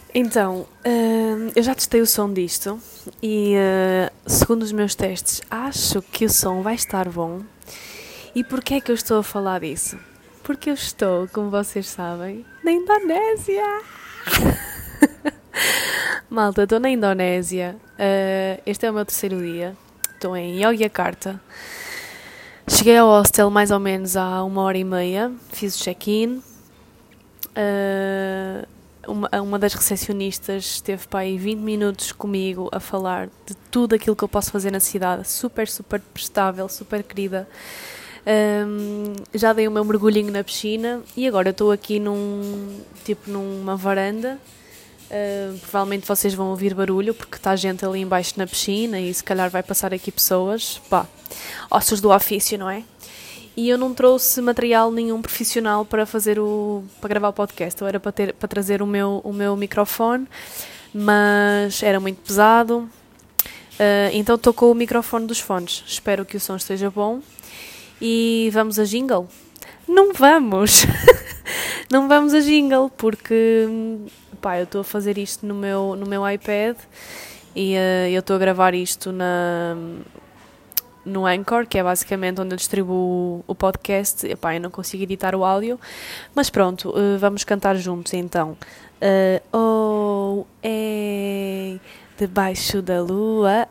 Então, eu já testei o som disto e, segundo os meus testes, acho que o som vai estar bom. E porquê é que eu estou a falar disso? Porque eu estou, como vocês sabem, na Indonésia! Malta, estou na Indonésia. Este é o meu terceiro dia. Estou em Yogyakarta. Cheguei ao hostel mais ou menos há 1h30. Fiz o check-in. Uma das recepcionistas esteve para aí 20 minutos comigo a falar de tudo aquilo que eu posso fazer na cidade. Super, super prestável, super querida. Já dei o meu mergulhinho na piscina e agora eu estou aqui numa varanda. Provavelmente vocês vão ouvir barulho porque está gente ali embaixo na piscina e se calhar vai passar aqui pessoas. Pá, ossos do ofício, não é? E eu não trouxe material nenhum profissional para gravar o podcast. Eu era para trazer o meu microfone, mas era muito pesado. Então estou com o microfone dos fones. Espero que o som esteja bom. E vamos a jingle? Não vamos! Não vamos a jingle, porque eu estou a fazer isto no meu iPad e eu estou a gravar isto no Anchor, que é basicamente onde eu distribuo o podcast. Eu não consigo editar o áudio, mas pronto, vamos cantar juntos então. Oh, ei, debaixo da lua.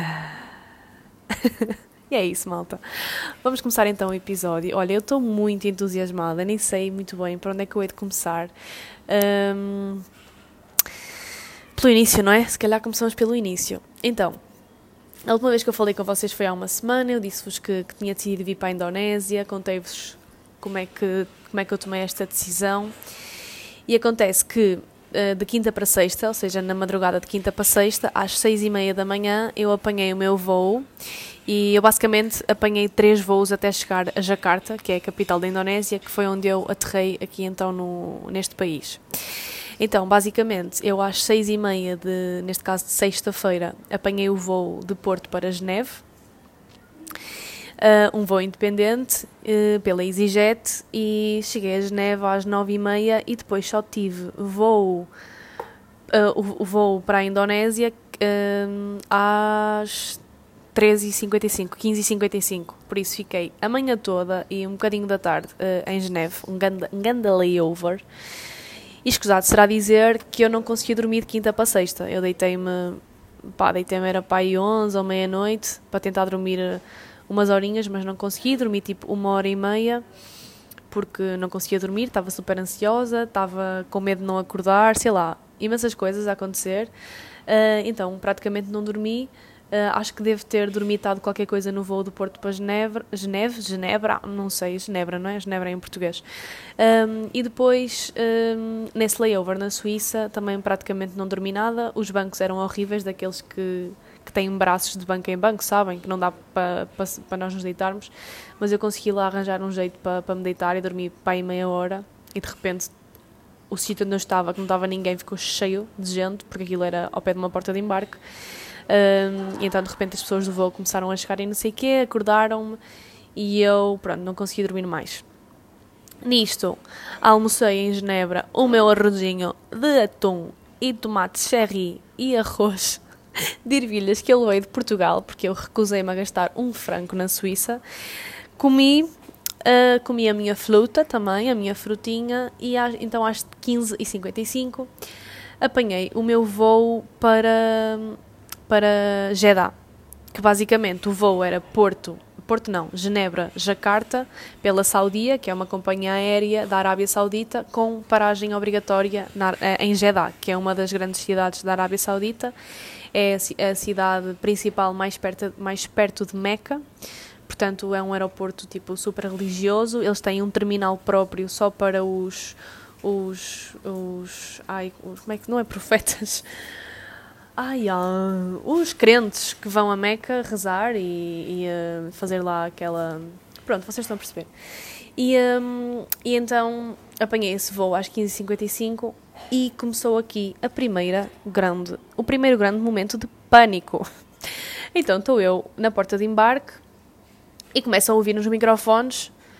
E é isso, malta. Vamos começar então o episódio. Olha, eu estou muito entusiasmada, nem sei muito bem para onde é que eu hei de começar. Pelo início, não é? Se calhar começamos pelo início. Então, a última vez que eu falei com vocês foi há uma semana. Eu disse-vos que tinha decidido vir para a Indonésia, contei-vos como é que eu tomei esta decisão. E acontece que de quinta para sexta, ou seja, na madrugada de quinta para sexta, às 6h30 da manhã, eu apanhei o meu voo. E eu basicamente apanhei 3 voos até chegar a Jakarta, que é a capital da Indonésia, que foi onde eu aterrei aqui então neste país. Então, basicamente, eu às 6h30, neste caso de sexta-feira, apanhei o voo de Porto para Geneve, um voo independente pela EasyJet, e cheguei a Geneve às 9h30 e depois só tive o voo para a Indonésia às 13h55, 15h55, por isso fiquei a manhã toda e um bocadinho da tarde em Geneve, um ganda layover. E escusado será dizer que eu não conseguia dormir de quinta para sexta. Eu deitei-me era para aí 11 ou meia-noite para tentar dormir umas horinhas, mas não consegui. Dormi tipo 1h30 porque não conseguia dormir, estava super ansiosa, estava com medo de não acordar, sei lá, imensas coisas a acontecer. Então praticamente não dormi. Acho que devo ter dormitado qualquer coisa no voo do Porto para Genebra, não sei, Genebra, não é? Genebra em português. E depois, nesse layover na Suíça, também praticamente não dormi nada. Os bancos eram horríveis, daqueles que têm braços de banco em banco, sabem? Que não dá para nós nos deitarmos. Mas eu consegui lá arranjar um jeito para me deitar e dormi para aí meia hora. E de repente, o sítio onde eu estava, que não estava ninguém, ficou cheio de gente, porque aquilo era ao pé de uma porta de embarque. E então de repente as pessoas do voo começaram a chegar e não sei o quê, acordaram-me e eu, não consegui dormir mais. Nisto, almocei em Genebra o meu arrozinho de atum e tomate cherry e arroz de ervilhas que eu levei de Portugal, porque eu recusei-me a gastar um franco na Suíça. Comi a minha fruta também, a minha frutinha, e então às 15h55 apanhei o meu voo para Jeddah, que basicamente o voo era Genebra, Jakarta, pela Saudia, que é uma companhia aérea da Arábia Saudita, com paragem obrigatória em Jeddah, que é uma das grandes cidades da Arábia Saudita. É a cidade principal mais perto de Meca, portanto é um aeroporto tipo super religioso. Eles têm um terminal próprio só para os como é que não é profetas? Os crentes que vão a Meca rezar e fazer lá aquela... Pronto, vocês estão a perceber. E então apanhei esse voo às 15h55 e começou aqui o primeiro grande momento de pânico. Então estou eu na porta de embarque e começo a ouvir nos microfones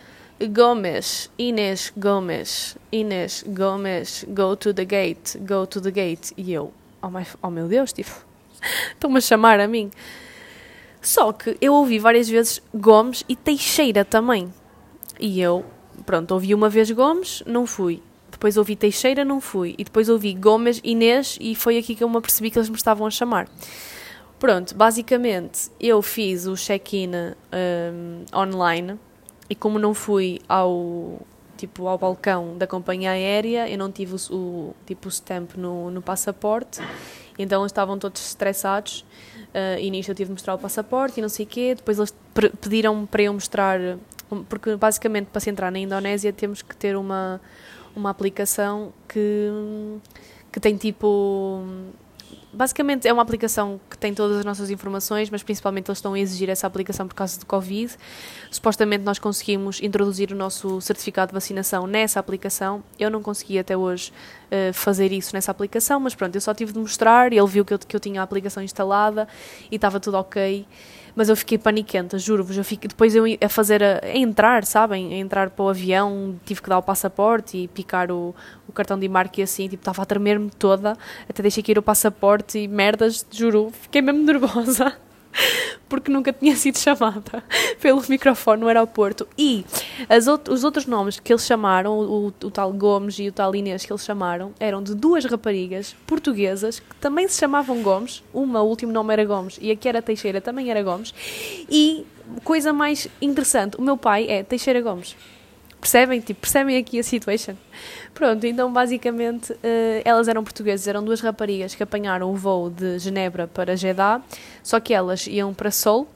Gomes, Inês Gomes, Inês Gomes, go to the gate, go to the gate. E eu, oh meu Deus, tipo, estão-me a chamar a mim. Só que eu ouvi várias vezes Gomes e Teixeira também. E eu, pronto, ouvi uma vez Gomes, não fui. Depois ouvi Teixeira, não fui. E depois ouvi Gomes, Inês, e foi aqui que eu me apercebi que eles me estavam a chamar. Pronto, basicamente, eu fiz o check-in online, e como não fui ao balcão da companhia aérea, eu não tive o stamp no passaporte, então eles estavam todos estressados, e nisto eu tive de mostrar o passaporte e não sei o quê. Depois eles pediram para eu mostrar, porque basicamente para se entrar na Indonésia temos que ter uma aplicação que tem tipo... Basicamente é uma aplicação que tem todas as nossas informações, mas principalmente eles estão a exigir essa aplicação por causa do Covid. Supostamente nós conseguimos introduzir o nosso certificado de vacinação nessa aplicação. Eu não consegui até hoje fazer isso nessa aplicação, mas pronto, eu só tive de mostrar e ele viu que eu tinha a aplicação instalada e estava tudo ok. Mas eu fiquei paniquenta, juro-vos. Depois eu a entrar, sabem? A entrar para o avião, tive que dar o passaporte e picar o cartão de embarque e assim, tipo, estava a tremer-me toda. Até deixei cair o passaporte e merdas, juro, fiquei mesmo nervosa. Porque nunca tinha sido chamada pelo microfone no aeroporto. E os outros nomes que eles chamaram, o tal Gomes e o tal Inês que eles chamaram, eram de duas raparigas portuguesas que também se chamavam Gomes. O último nome era Gomes e a que era Teixeira também era Gomes. E, coisa mais interessante, o meu pai é Teixeira Gomes. Percebem? Tipo, percebem aqui a situation? Pronto, então basicamente elas eram portuguesas, eram duas raparigas que apanharam o voo de Genebra para Jeddah, só que elas iam para Seoul,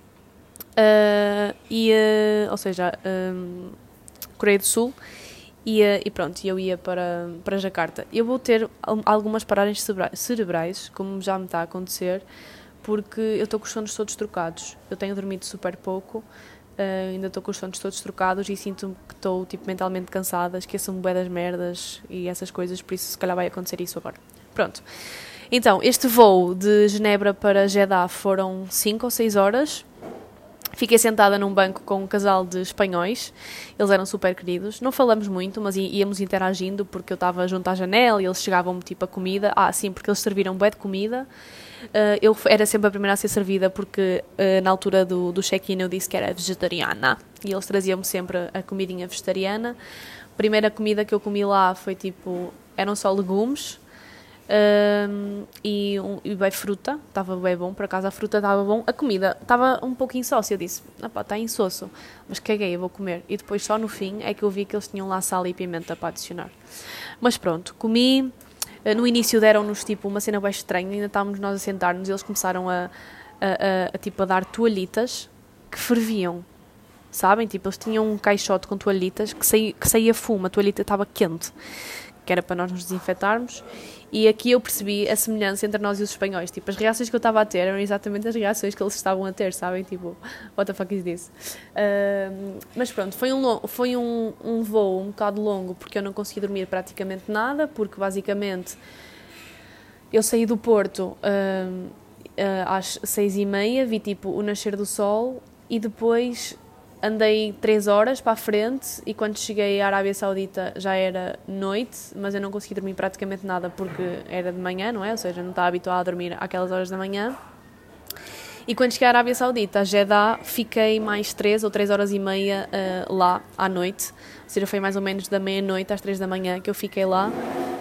ou seja, Coreia do Sul, e pronto, eu ia para Jakarta. Eu vou ter algumas paragens cerebrais, como já me está a acontecer, porque eu estou com os sonos todos trocados. Eu tenho dormido super pouco. Ainda estou com os sonos todos trocados e sinto que estou tipo, mentalmente cansada, esqueço-me bué das merdas e essas coisas, por isso se calhar vai acontecer isso agora. Pronto. Então, este voo de Genebra para Jeddah foram 5 ou 6 horas. Fiquei sentada num banco com um casal de espanhóis, eles eram super queridos. Não falamos muito, mas íamos interagindo porque eu estava junto à janela e eles chegavam-me tipo a comida. Sim, porque eles serviram bué de comida. Eu era sempre a primeira a ser servida porque na altura do check-in eu disse que era vegetariana e eles traziam-me sempre a comidinha vegetariana. A primeira comida que eu comi lá foi tipo, eram só legumes e bem fruta, estava bem bom, por acaso a fruta estava bom, a comida estava um pouco insossa, eu disse, está insosso, mas caguei, eu vou comer. E depois só no fim é que eu vi que eles tinham lá sal e pimenta para adicionar. Mas pronto, comi. No início deram-nos tipo uma cena bem estranha, ainda estávamos nós a sentar-nos e eles começaram a dar toalhitas que ferviam, sabem? Tipo, eles tinham um caixote com toalhitas que saía fumo, a toalhita estava quente, que era para nós nos desinfetarmos. E aqui eu percebi a semelhança entre nós e os espanhóis. Tipo, as reações que eu estava a ter eram exatamente as reações que eles estavam a ter, sabem? Tipo, what the fuck is this? Mas pronto, foi um voo um bocado longo, porque eu não consegui dormir praticamente nada, porque basicamente eu saí do Porto às 6h30, vi tipo o nascer do sol e depois andei 3 horas para a frente e quando cheguei à Arábia Saudita já era noite, mas eu não consegui dormir praticamente nada porque era de manhã, não é? Ou seja, não estava habituada a dormir àquelas horas da manhã. E quando cheguei à Arábia Saudita, a Jeddah, fiquei mais 3 ou 3 horas e meia lá à noite. Ou seja, foi mais ou menos da meia-noite às 3 da manhã que eu fiquei lá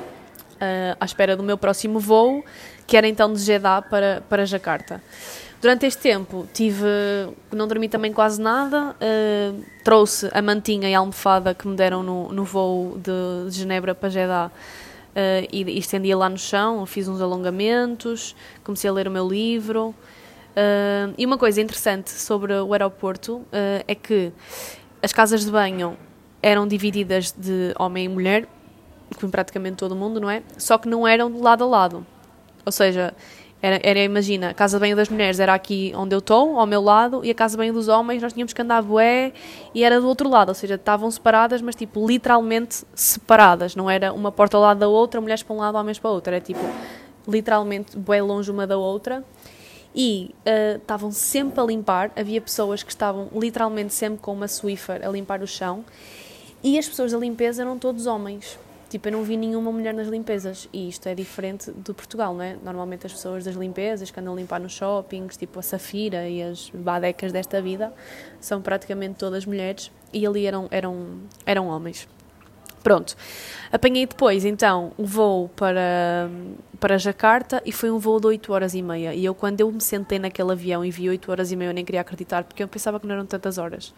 à espera do meu próximo voo, que era então de Jeddah para Jakarta. Durante este tempo não dormi também quase nada, trouxe a mantinha e a almofada que me deram no voo de Genebra para Jeddah e estendia lá no chão, fiz uns alongamentos, comecei a ler o meu livro. E uma coisa interessante sobre o aeroporto é que as casas de banho eram divididas de homem e mulher, como praticamente todo mundo, não é? Só que não eram de lado a lado, ou seja... Imagina, a casa de banho das mulheres era aqui onde eu estou, ao meu lado, e a casa de banho dos homens nós tínhamos que andar bué e era do outro lado, ou seja, estavam separadas, mas tipo, literalmente separadas, não era uma porta ao lado da outra, mulheres para um lado, homens para o outro, era tipo, literalmente bué longe uma da outra. e estavam sempre a limpar, havia pessoas que estavam literalmente sempre com uma Swiffer a limpar o chão, e as pessoas da limpeza eram todos homens. Tipo, eu não vi nenhuma mulher nas limpezas, e isto é diferente do Portugal, não é? Normalmente as pessoas das limpezas que andam a limpar nos shoppings, tipo a Safira e as badecas desta vida, são praticamente todas mulheres, e ali eram homens. Pronto, apanhei depois então um voo para Jakarta, e foi um voo de 8 horas e meia, e quando eu me sentei naquele avião e vi 8 horas e meia eu nem queria acreditar, porque eu pensava que não eram tantas horas.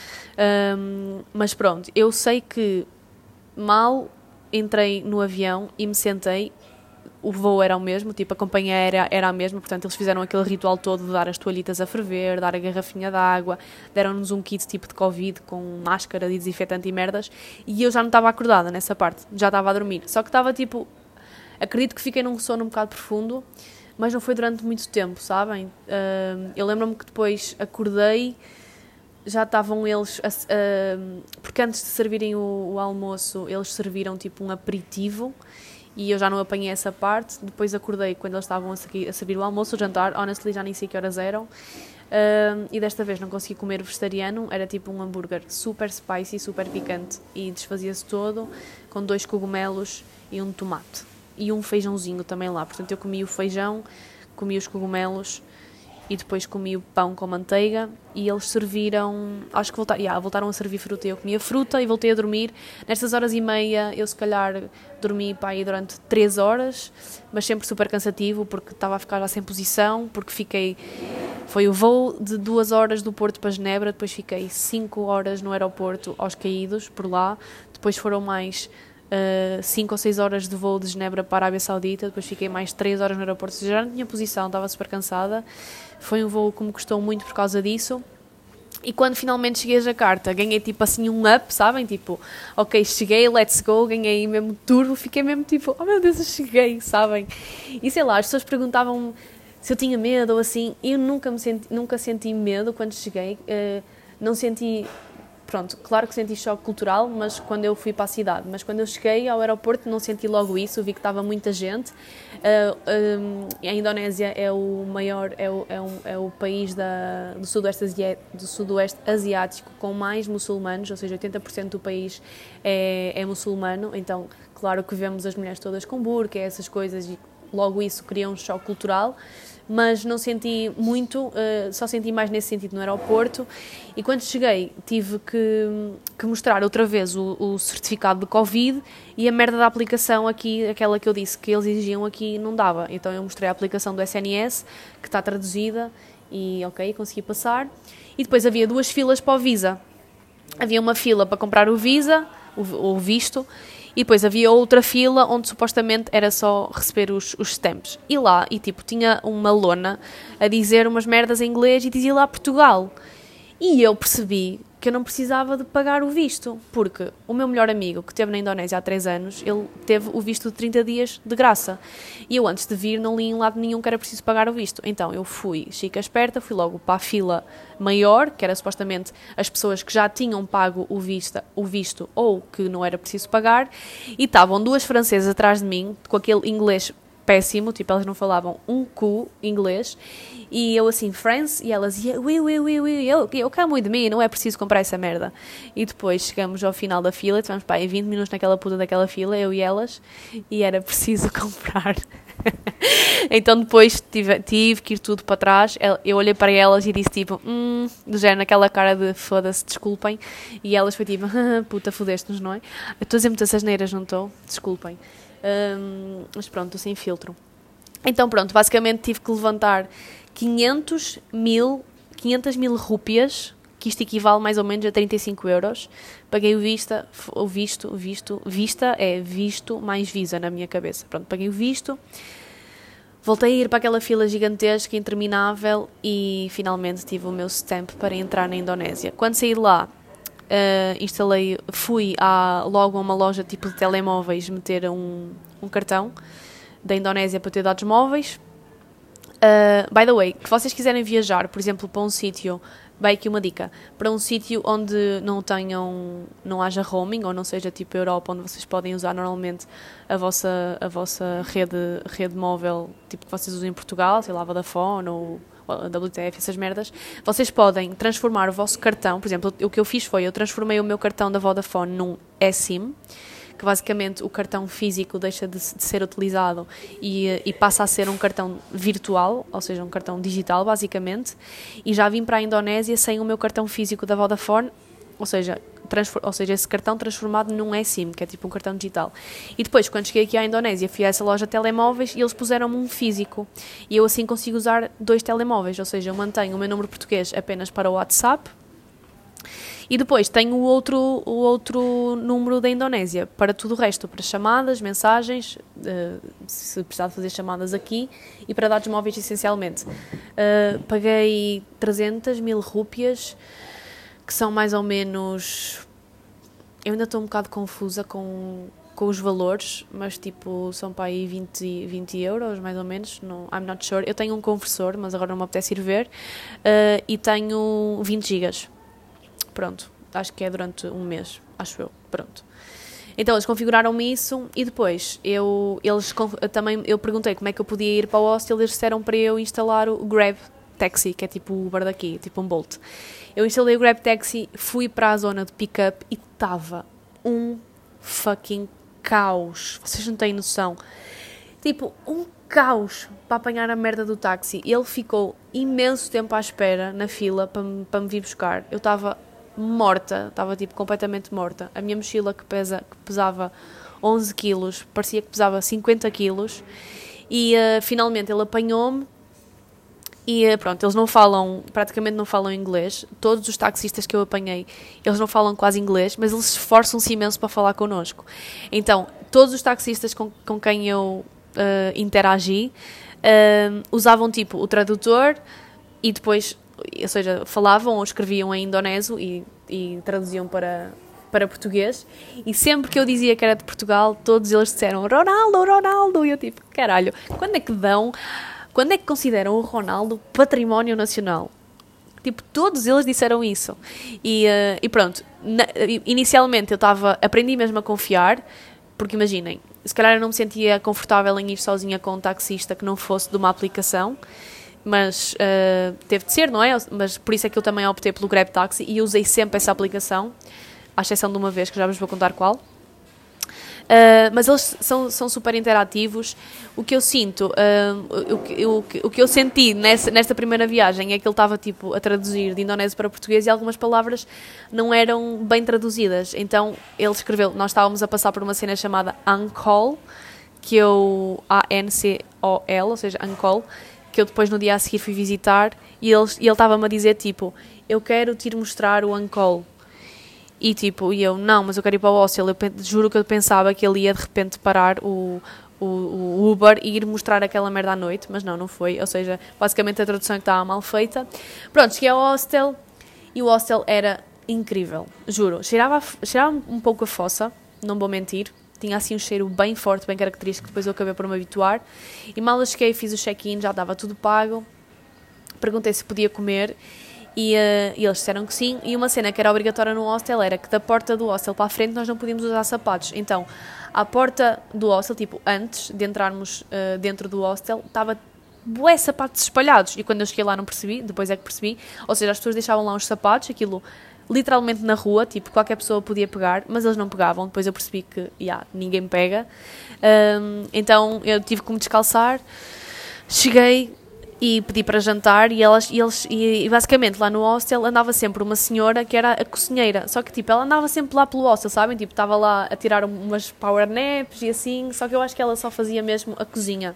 Mas pronto, eu sei que mal entrei no avião e me sentei, o voo era o mesmo, tipo, a companhia aérea era a mesma, portanto eles fizeram aquele ritual todo de dar as toalhitas a ferver, dar a garrafinha de água, deram-nos um kit tipo de Covid com máscara de desinfetante e merdas, e eu já não estava acordada nessa parte, já estava a dormir, só que estava tipo, acredito que fiquei num sono um bocado profundo, mas não foi durante muito tempo, sabem? Eu lembro-me que depois acordei, já estavam eles, porque antes de servirem o almoço, eles serviram tipo um aperitivo, e eu já não apanhei essa parte. Depois acordei quando eles estavam a servir o almoço, o jantar, honestly já nem sei que horas eram, e desta vez não consegui comer vegetariano, era tipo um hambúrguer super spicy, super picante, e desfazia-se todo, com 2 cogumelos e um tomate, e um feijãozinho também lá, portanto eu comi o feijão, comi os cogumelos, e depois comi o pão com manteiga, e eles serviram, acho que voltaram a servir fruta, e eu comi a fruta e voltei a dormir. Nestas horas e meia eu se calhar dormi para aí durante 3 horas, mas sempre super cansativo, porque estava a ficar já sem posição, porque foi o voo de 2 horas do Porto para Genebra, depois fiquei 5 horas no aeroporto aos caídos, por lá, depois foram mais 5 ou 6 horas de voo de Genebra para a Arábia Saudita, depois fiquei mais 3 horas no aeroporto, já não tinha posição, estava super cansada. Foi um voo que me custou muito por causa disso. E quando finalmente cheguei a Jakarta, ganhei tipo assim um up, sabem? Tipo, ok, cheguei, let's go, ganhei mesmo turbo, fiquei mesmo tipo, oh meu Deus, eu cheguei, sabem? E sei lá, as pessoas perguntavam se eu tinha medo ou assim, eu nunca senti medo quando cheguei, não senti... Pronto, claro que senti choque cultural, mas quando eu fui para a cidade. Mas quando eu cheguei ao aeroporto não senti logo isso, vi que estava muita gente. A Indonésia é o maior, é o país do Sudoeste Asiático com mais muçulmanos, ou seja, 80% do país é muçulmano. Então, claro que vemos as mulheres todas com burca, essas coisas, e logo isso cria um choque cultural. Mas não senti muito, só senti mais nesse sentido no aeroporto, e quando cheguei tive que mostrar outra vez o certificado de Covid, e a merda da aplicação aqui, aquela que eu disse que eles exigiam aqui, não dava. Então eu mostrei a aplicação do SNS, que está traduzida, e ok, consegui passar. E depois havia 2 filas para o Visa. Havia uma fila para comprar o Visa, o visto, e depois havia outra fila onde supostamente era só receber os stamps. E lá, tipo, tinha uma lona a dizer umas merdas em inglês e dizia lá Portugal. E eu percebi que eu não precisava de pagar o visto, porque o meu melhor amigo, que esteve na Indonésia há 3 anos, ele teve o visto de 30 dias de graça. E eu, antes de vir, não li em lado nenhum que era preciso pagar o visto. Então eu fui chica esperta, fui logo para a fila maior, que era supostamente as pessoas que já tinham pago o visto ou que não era preciso pagar, e estavam 2 francesas atrás de mim, com aquele inglês péssimo, tipo, elas não falavam um cu inglês, e eu assim, France, e elas, eu come with me, não é preciso comprar essa merda. E depois chegamos ao final da fila, tivemos pá, 20 minutos naquela puta daquela fila, eu e elas, e era preciso comprar. Então depois tive que ir tudo para trás. Eu olhei para elas e disse tipo, do género, naquela cara de foda-se, desculpem, e elas foi tipo, puta, fodeste-nos, não é? Eu estou a dizer muitas asneiras, não estou? Desculpem. Mas pronto, estou sem filtro. Então pronto, basicamente tive que levantar 500 mil rúpias, que isto equivale mais ou menos a 35 euros. Paguei vista é visto mais Visa na minha cabeça. Pronto, paguei o visto, voltei a ir para aquela fila gigantesca, interminável, e finalmente tive o meu stamp para entrar na Indonésia. Quando saí de lá, fui logo a uma loja tipo de telemóveis meter um cartão da Indonésia para ter dados móveis. By the way, que vocês quiserem viajar, por exemplo, para um sítio, vai aqui uma dica, para um sítio onde não haja roaming, ou não seja tipo Europa, onde vocês podem usar normalmente a vossa rede móvel, tipo que vocês usam em Portugal, sei lá, Vodafone ou ou WTF, essas merdas, vocês podem transformar o vosso cartão. Por exemplo, o que eu fiz foi, eu transformei o meu cartão da Vodafone num eSIM, que basicamente o cartão físico deixa de ser utilizado e passa a ser um cartão virtual, ou seja, um cartão digital, basicamente, e já vim para a Indonésia sem o meu cartão físico da Vodafone, ou seja, esse cartão transformado num eSIM, que é tipo um cartão digital. E depois, quando cheguei aqui à Indonésia, fui a essa loja de telemóveis e eles puseram-me um físico. E eu assim consigo usar 2 telemóveis, ou seja, eu mantenho o meu número português apenas para o WhatsApp e depois tenho o outro número da Indonésia para tudo o resto, para chamadas, mensagens, se precisar de fazer chamadas aqui, e para dados móveis essencialmente. Paguei 300.000 rúpias, que são mais ou menos... Eu ainda estou um bocado confusa com os valores, mas tipo, são para aí 20 euros, mais ou menos, no, I'm not sure. Eu tenho um conversor, mas agora não me apetece ir ver, e tenho 20 gigas. Pronto, acho que é durante um mês, acho eu, pronto. Então eles configuraram-me isso e depois eu perguntei como é que eu podia ir para o hostel e eles disseram para eu instalar o Grab Taxi, que é tipo o Uber daqui, tipo um Bolt. Eu instalei o Grab Taxi, fui para a zona de pick-up e estava um fucking caos. Vocês não têm noção. Tipo, um caos para apanhar a merda do táxi. Ele ficou imenso tempo à espera na fila para me vir buscar. Eu estava morta, estava tipo completamente morta. A minha mochila que pesava 11 quilos, parecia que pesava 50 quilos. E finalmente ele apanhou-me. E pronto, eles praticamente não falam inglês. Todos os taxistas que eu apanhei, eles não falam quase inglês, mas eles esforçam-se imenso para falar connosco. Então, todos os taxistas com quem eu interagi usavam tipo o tradutor e depois, ou seja, falavam ou escreviam em indonésio e traduziam para português. E sempre que eu dizia que era de Portugal, todos eles disseram Ronaldo, Ronaldo. E eu tipo, caralho, quando é que consideram o Ronaldo património nacional? Tipo, todos eles disseram isso. E pronto, inicialmente eu aprendi mesmo a confiar, porque imaginem, se calhar eu não me sentia confortável em ir sozinha com um taxista que não fosse de uma aplicação, mas teve de ser, não é? Mas por isso é que eu também optei pelo Grab Taxi e usei sempre essa aplicação, à exceção de uma vez, que já vos vou contar qual. Mas eles são super interativos. O que eu sinto, o que eu senti nesta primeira viagem é que ele estava tipo a traduzir de indonésio para português e algumas palavras não eram bem traduzidas. Então ele escreveu, nós estávamos a passar por uma cena chamada Ancol, que eu A-N-C-O-L, ou seja, Ancol, que eu depois no dia a seguir fui visitar e ele estava-me a dizer tipo, eu quero te ir mostrar o Ancol. E tipo, eu, não, mas eu quero ir para o hostel. Eu juro que eu pensava que ele ia de repente parar o Uber e ir mostrar aquela merda à noite, mas não foi. Ou seja, basicamente a tradução é que estava mal feita. Pronto, cheguei ao hostel e o hostel era incrível, juro. Cheirava um pouco a fossa, não vou mentir. Tinha assim um cheiro bem forte, bem característico, depois eu acabei por me habituar. E mal eu cheguei, fiz o check-in, já estava tudo pago. Perguntei se podia comer. E eles disseram que sim, e uma cena que era obrigatória no hostel era que da porta do hostel para a frente nós não podíamos usar sapatos. Então, à porta do hostel, tipo, antes de entrarmos dentro do hostel, estava bué sapatos espalhados. E quando eu cheguei lá não percebi, depois é que percebi. Ou seja, as pessoas deixavam lá os sapatos, aquilo literalmente na rua, tipo, qualquer pessoa podia pegar, mas eles não pegavam. Depois eu percebi que, ninguém pega. Então, eu tive que me descalçar. Cheguei e pedi para jantar e basicamente lá no hostel andava sempre uma senhora que era a cozinheira, só que tipo, ela andava sempre lá pelo hostel, sabem? Tipo, estava lá a tirar umas power naps e assim, só que eu acho que ela só fazia mesmo a cozinha.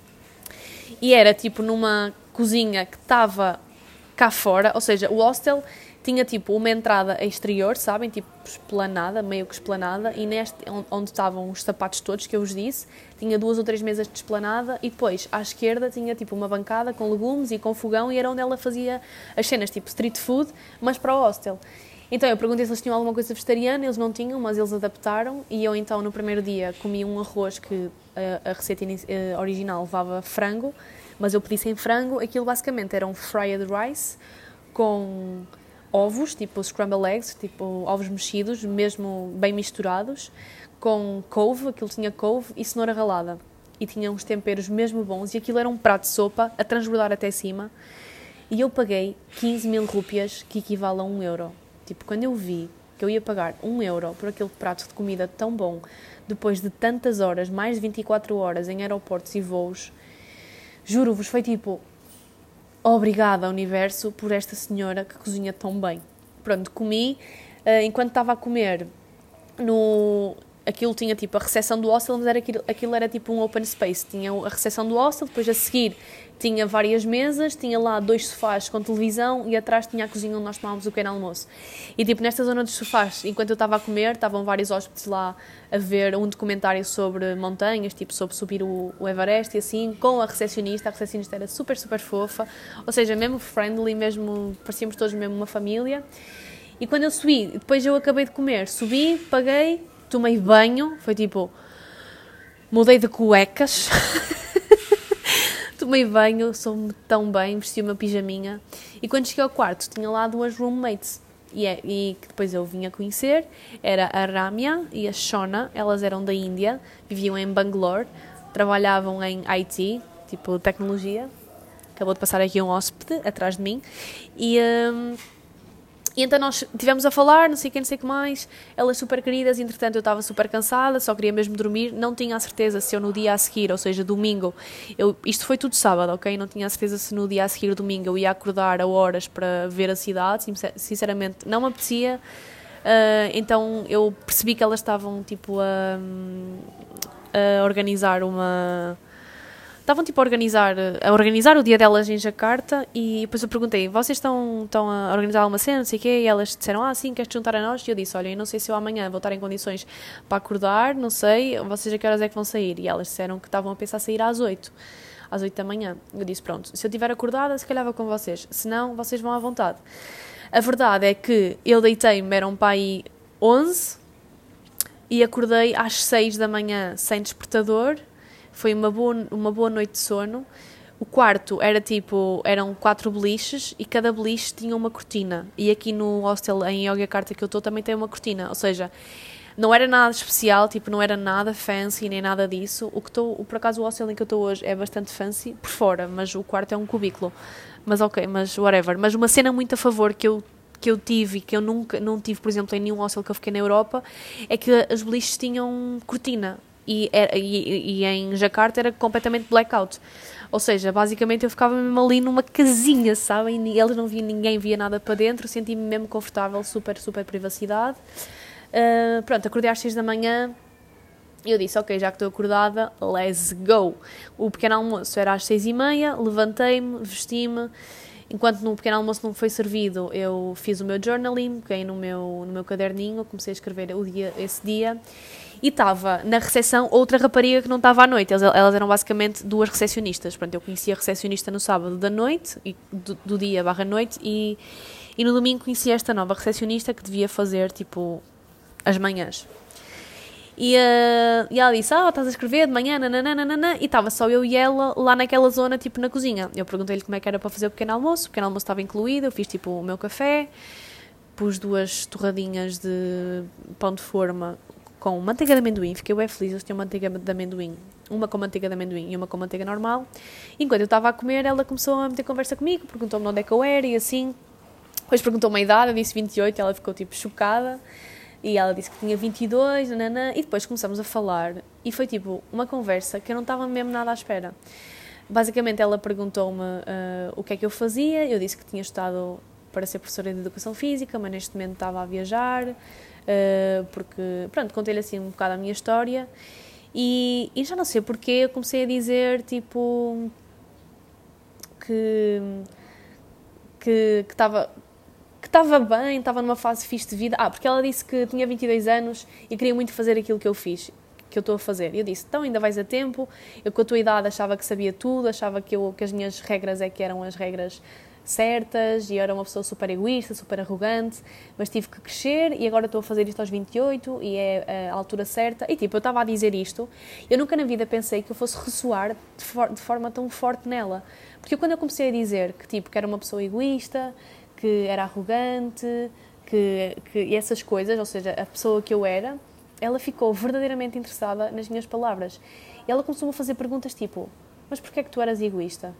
E era tipo numa cozinha que estava cá fora, ou seja, o hostel tinha tipo uma entrada exterior, sabem? Tipo esplanada, meio que esplanada, e onde estavam os sapatos todos que eu vos disse, tinha 2 ou 3 mesas de esplanada e depois à esquerda tinha tipo uma bancada com legumes e com fogão e era onde ela fazia as cenas tipo street food, mas para o hostel. Então eu perguntei se eles tinham alguma coisa vegetariana, eles não tinham, mas eles adaptaram e eu então no primeiro dia comi um arroz que a receita original levava frango, mas eu pedi sem frango. Aquilo basicamente era um fried rice com ovos, tipo scrambled eggs, tipo ovos mexidos, mesmo bem misturados, com couve, aquilo tinha couve e cenoura ralada. E tinha uns temperos mesmo bons e aquilo era um prato de sopa a transbordar até cima. E eu paguei 15 mil rúpias, que equivale a 1 euro. Tipo, quando eu vi que eu ia pagar 1 euro por aquele prato de comida tão bom, depois de tantas horas, mais de 24 horas em aeroportos e voos, juro-vos, foi tipo, obrigada, universo, por esta senhora que cozinha tão bem. Pronto, comi, enquanto estava a comer, aquilo tinha tipo a recepção do hostel, mas aquilo era tipo um open space. Tinha a recepção do hostel, depois a seguir tinha várias mesas, tinha lá 2 sofás com televisão e atrás tinha a cozinha onde nós tomávamos o pequeno almoço. E tipo, nesta zona dos sofás, enquanto eu estava a comer, estavam vários hóspedes lá a ver um documentário sobre montanhas, tipo sobre subir o Everest e assim, com a recepcionista. A recepcionista era super, super fofa, ou seja, mesmo friendly, mesmo, parecíamos todos mesmo uma família. E quando eu subi, depois eu acabei de comer, subi, paguei, tomei banho, foi tipo, mudei de cuecas, tomei banho, sou-me tão bem, vesti o meu pijaminha, e quando cheguei ao quarto tinha lá 2 roommates, e que depois eu vim a conhecer, era a Ramya e a Shona. Elas eram da Índia, viviam em Bangalore, trabalhavam em IT, tipo tecnologia. Acabou de passar aqui um hóspede atrás de mim, e então nós estivemos a falar, não sei o que mais, elas super queridas. Entretanto eu estava super cansada, só queria mesmo dormir, não tinha a certeza se eu no dia a seguir, ou seja, domingo, isto foi tudo sábado, ok? Não tinha a certeza se no dia a seguir, domingo, eu ia acordar a horas para ver a cidade. Sinceramente não me apetecia, então eu percebi que elas estavam tipo a organizar uma... Estavam tipo a organizar o dia delas em Jakarta, e depois eu perguntei, vocês estão a organizar uma cena, não sei o quê, e elas disseram, sim, queres te juntar a nós? E eu disse, olha, eu não sei se eu amanhã vou estar em condições para acordar, não sei, vocês a que horas é que vão sair? E elas disseram que estavam a pensar sair às 8 da manhã. Eu disse, pronto, se eu estiver acordada, se calhar vou com vocês, se não, vocês vão à vontade. A verdade é que eu deitei-me, eram para aí 11, e acordei às 6 da manhã sem despertador. Foi uma boa noite de sono. O quarto eram 4 beliches, e cada beliche tinha uma cortina. E aqui no hostel em Yogyakarta que eu estou também tem uma cortina. Ou seja, não era nada especial, tipo, não era nada fancy nem nada disso. Por acaso o hostel em que eu estou hoje é bastante fancy por fora, mas o quarto é um cubículo. Mas ok, mas whatever. Mas uma cena muito a favor que eu tive e que eu nunca não tive, por exemplo, em nenhum hostel que eu fiquei na Europa, é que as beliches tinham cortina. E em Jakarta era completamente blackout. Ou seja, basicamente eu ficava mesmo ali numa casinha, sabem? E eles não viam ninguém, via nada para dentro, senti-me mesmo confortável, super, super privacidade. Pronto, acordei às 6 da manhã e eu disse, ok, já que estou acordada, let's go. O pequeno almoço era às 6h30, levantei-me, vesti-me. Enquanto no pequeno almoço não foi servido, eu fiz o meu journaling, peguei no meu caderninho, comecei a escrever esse dia. E estava na recepção outra rapariga que não estava à noite. Elas eram basicamente 2 recepcionistas. Pronto, eu conheci a recepcionista no sábado da noite, do dia / noite, e no domingo conheci esta nova recepcionista que devia fazer, tipo, as manhãs. E ela disse, estás a escrever de manhã, nananana, e estava só eu e ela lá naquela zona, tipo, na cozinha. Eu perguntei-lhe como é que era para fazer o pequeno almoço estava incluído, eu fiz, tipo, o meu café, pus 2 torradinhas de pão de forma com manteiga de amendoim, fiquei bem feliz, eles tinham manteiga de amendoim, uma com manteiga de amendoim e uma com manteiga normal. E enquanto eu estava a comer, ela começou a meter conversa comigo, perguntou-me onde é que eu era e assim, depois perguntou-me a idade, eu disse 28, ela ficou tipo chocada, e ela disse que tinha 22, nanana, e depois começamos a falar, e foi tipo uma conversa que eu não estava mesmo nada à espera. Basicamente ela perguntou-me o que é que eu fazia, eu disse que tinha estudado para ser professora de Educação Física, mas neste momento estava a viajar, porque, pronto, contei-lhe assim um bocado a minha história, e já não sei porque eu comecei a dizer, tipo, que estava bem, estava numa fase fixe de vida. Porque ela disse que tinha 22 anos e queria muito fazer aquilo que eu fiz, que eu estou a fazer. E eu disse, então ainda vais a tempo. Eu com a tua idade achava que sabia tudo, achava que as minhas regras é que eram as regras certas, e eu era uma pessoa super egoísta, super arrogante, mas tive que crescer e agora estou a fazer isto aos 28 e é a altura certa. E tipo, eu estava a dizer isto, eu nunca na vida pensei que eu fosse ressoar de forma tão forte nela. Porque quando eu comecei a dizer que era uma pessoa egoísta, que era arrogante, e essas coisas, ou seja, a pessoa que eu era, ela ficou verdadeiramente interessada nas minhas palavras. E ela começou a fazer perguntas tipo, mas porquê é que tu eras egoísta?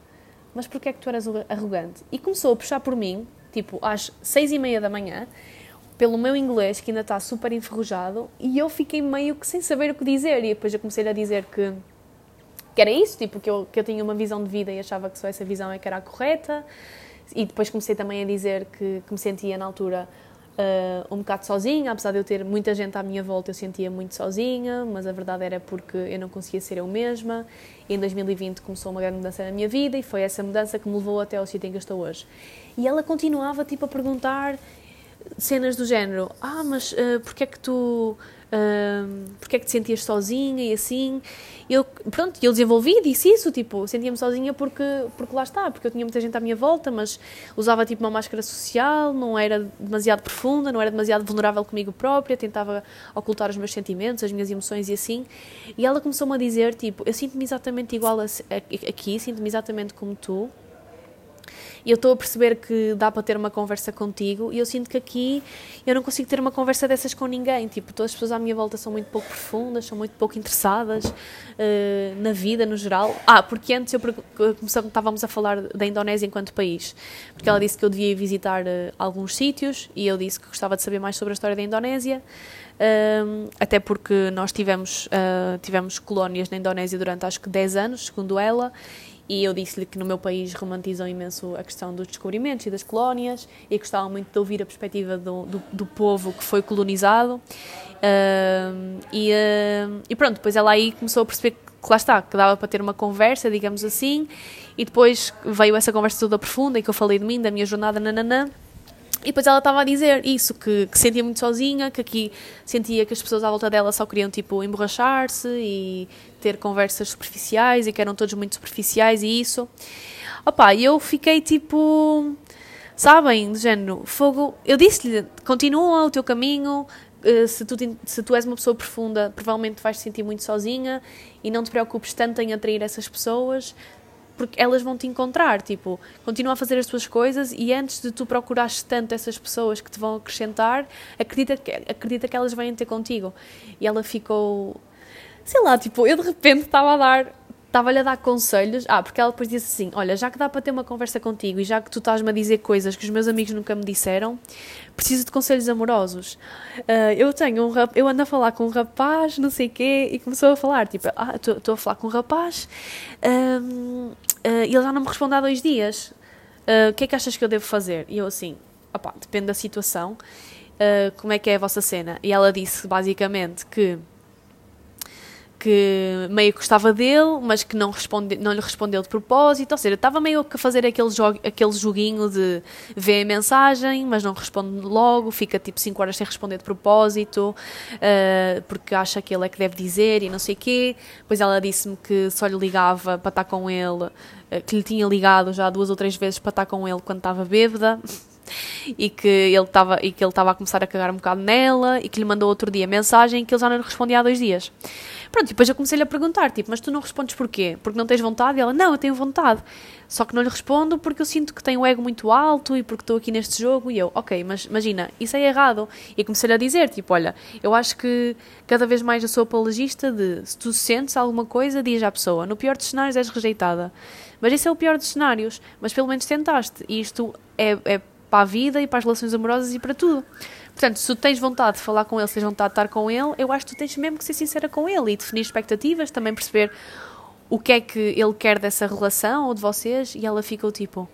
mas porquê é que tu eras arrogante? E começou a puxar por mim, tipo, às 6:30 da manhã, pelo meu inglês, que ainda está super enferrujado, e eu fiquei meio que sem saber o que dizer, e depois eu comecei a dizer que era isso, tipo, que eu tinha uma visão de vida e achava que só essa visão é que era a correta, e depois comecei também a dizer que me sentia na altura um bocado sozinha, apesar de eu ter muita gente à minha volta, eu sentia muito sozinha, mas a verdade era porque eu não conseguia ser eu mesma, e em 2020 começou uma grande mudança na minha vida, e foi essa mudança que me levou até ao sítio em que eu estou hoje. E ela continuava, tipo, a perguntar cenas do género, mas porquê é que tu... porque é que te sentias sozinha e assim, eu desenvolvi e disse isso, tipo, sentia-me sozinha porque lá está, porque eu tinha muita gente à minha volta, mas usava tipo uma máscara social, não era demasiado profunda, não era demasiado vulnerável comigo própria, tentava ocultar os meus sentimentos, as minhas emoções e assim, e ela começou-me a dizer, tipo, eu sinto-me exatamente igual aqui, sinto-me exatamente como tu, e eu estou a perceber que dá para ter uma conversa contigo, e eu sinto que aqui eu não consigo ter uma conversa dessas com ninguém, tipo, todas as pessoas à minha volta são muito pouco profundas, são muito pouco interessadas na vida no geral. Porque antes estávamos a falar da Indonésia enquanto país, porque ela disse que eu devia ir visitar alguns sítios, e eu disse que gostava de saber mais sobre a história da Indonésia, até porque nós tivemos colónias na Indonésia durante acho que 10 anos, segundo ela, e eu disse-lhe que no meu país romantizam imenso a questão dos descobrimentos e das colónias, e gostava muito de ouvir a perspectiva do povo que foi colonizado. E pronto, depois ela aí começou a perceber que lá está, que dava para ter uma conversa, digamos assim, e depois veio essa conversa toda profunda, em que eu falei de mim, da minha jornada, nananã. E depois ela estava a dizer isso, que sentia muito sozinha, que aqui sentia que as pessoas à volta dela só queriam, tipo, emborrachar-se e ter conversas superficiais, e que eram todos muito superficiais e isso. E eu fiquei, tipo, sabem, de género, fogo. Eu disse-lhe, continua o teu caminho, se tu és uma pessoa profunda, provavelmente vais te sentir muito sozinha, e não te preocupes tanto em atrair essas pessoas, porque elas vão te encontrar, tipo, continua a fazer as tuas coisas, e antes de tu procurares tanto essas pessoas que te vão acrescentar, acredita que elas vêm ter contigo. E ela ficou, sei lá, tipo, eu de repente estava-lhe a dar conselhos, porque ela depois disse assim, olha, já que dá para ter uma conversa contigo, e já que tu estás-me a dizer coisas que os meus amigos nunca me disseram, preciso de conselhos amorosos. Eu ando a falar com um rapaz, não sei o quê, e começou a falar, tipo, estou a falar com um rapaz, e ele já não me responde há 2 dias. O que é que achas que eu devo fazer? E eu assim, depende da situação, como é que é a vossa cena? E ela disse, basicamente, que meio que gostava dele, mas que não lhe respondeu de propósito, ou seja, estava meio que a fazer aquele joguinho de ver a mensagem, mas não responde logo, fica tipo 5 horas sem responder de propósito, porque acha que ele é que deve dizer e não sei o quê. Depois ela disse-me que só lhe ligava para estar com ele, que lhe tinha ligado já 2 ou 3 vezes para estar com ele quando estava bêbada, e que ele estava a começar a cagar um bocado nela, e que lhe mandou outro dia mensagem que ele já não lhe respondia há 2 dias. Pronto, e depois eu comecei-lhe a perguntar, tipo, mas tu não respondes porquê? Porque não tens vontade? E ela, não, eu tenho vontade, só que não lhe respondo porque eu sinto que tenho o ego muito alto e porque estou aqui neste jogo. E eu, ok, mas imagina, isso é errado. E comecei-lhe a dizer, tipo, olha, eu acho que cada vez mais eu sou apologista de, se tu sentes alguma coisa, diz à pessoa, no pior dos cenários és rejeitada, mas esse é o pior dos cenários, mas pelo menos tentaste, e isto é para a vida e para as relações amorosas e para tudo. Portanto, se tu tens vontade de falar com ele, se tens vontade de estar com ele, eu acho que tu tens mesmo que ser sincera com ele e definir expectativas, também perceber o que é que ele quer dessa relação ou de vocês. E ela ficou tipo,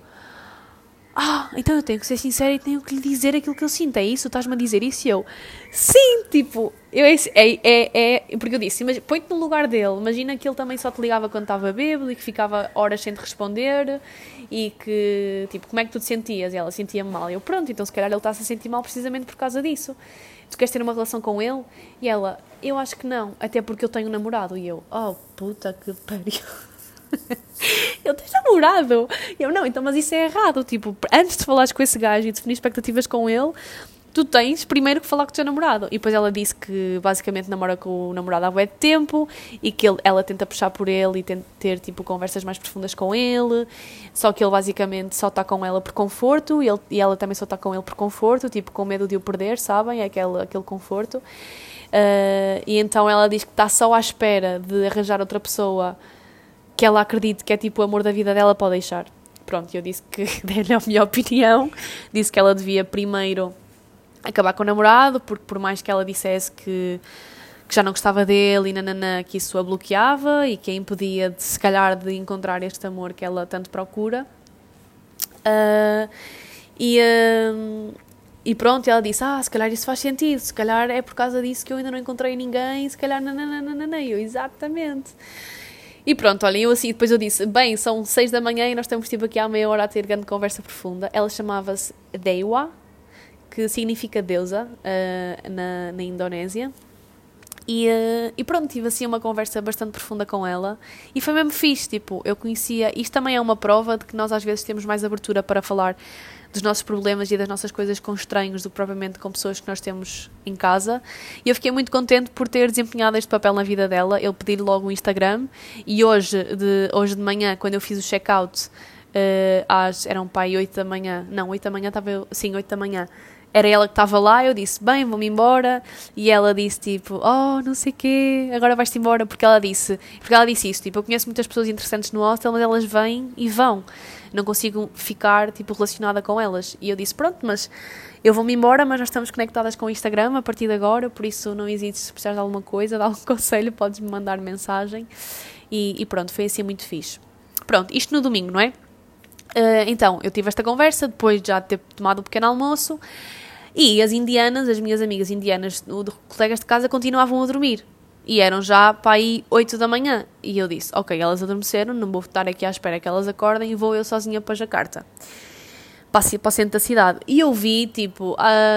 então eu tenho que ser sincera e tenho que lhe dizer aquilo que eu sinto, é isso? Estás-me a dizer isso? E eu, sim, tipo, porque eu disse, põe-te no lugar dele, imagina que ele também só te ligava quando estava bêbado e que ficava horas sem te responder, e que, tipo, como é que tu te sentias? E ela sentia-me mal. E eu, pronto, então se calhar ele está-se a sentir mal precisamente por causa disso. Tu queres ter uma relação com ele? E ela, eu acho que não, até porque eu tenho um namorado. E eu, puta que pariu. Eu tenho namorado? E eu, não, então, mas isso é errado. Tipo, antes de falares com esse gajo e definir expectativas com ele, tu tens primeiro que falar com o teu namorado. E depois ela disse que basicamente namora com o namorado há bué de tempo, e que ela tenta puxar por ele e tenta ter tipo conversas mais profundas com ele, só que ele basicamente só está com ela por conforto, e ela também só está com ele por conforto, tipo com medo de o perder, sabem? É aquele conforto. E então ela diz que está só à espera de arranjar outra pessoa que ela acredite que é tipo o amor da vida dela para deixar. pronto, eu disse que dei-lhe a minha opinião, disse que ela devia primeiro acabar com o namorado, porque por mais que ela dissesse que já não gostava dele e nananã, que isso a bloqueava e que a impedia de, se calhar, de encontrar este amor que ela tanto procura. E pronto, ela disse, se calhar isso faz sentido, se calhar é por causa disso que eu ainda não encontrei ninguém, se calhar nananana, eu, exatamente. E pronto, olha, depois eu disse, bem, são 6 da manhã e nós estamos tipo aqui há meia hora a ter grande conversa profunda. Ela chamava-se Dewa, que significa deusa na Indonésia. E pronto, tive assim uma conversa bastante profunda com ela e foi mesmo fixe, tipo, eu conhecia, isto também é uma prova de que nós às vezes temos mais abertura para falar dos nossos problemas e das nossas coisas com estranhos do que propriamente com pessoas que nós temos em casa, e eu fiquei muito contente por ter desempenhado este papel na vida dela. Eu pedi-lhe logo o Instagram e hoje de manhã, quando eu fiz o check-out, eram pai 8 da manhã, não, 8 da manhã estava eu, sim, 8 da manhã, era ela que estava lá, eu disse, bem, vou-me embora, e ela disse, tipo, não sei o quê, agora vais-te embora, porque ela disse isso, tipo, eu conheço muitas pessoas interessantes no hostel, mas elas vêm e vão, não consigo ficar, tipo, relacionada com elas, e eu disse, pronto, mas eu vou-me embora, mas nós estamos conectadas com o Instagram a partir de agora, por isso não hesites, se precisares de alguma coisa, de algum conselho, podes-me mandar mensagem, e pronto, foi assim muito fixe. Pronto, isto no domingo, não é? Então, eu tive esta conversa, depois de já ter tomado o pequeno almoço, e as minhas amigas indianas, colegas de casa, continuavam a dormir. E eram já para aí 8 da manhã. E eu disse, ok, elas adormeceram, não vou estar aqui à espera que elas acordem e vou eu sozinha para Jakarta. Passei para o centro da cidade. E eu vi, tipo,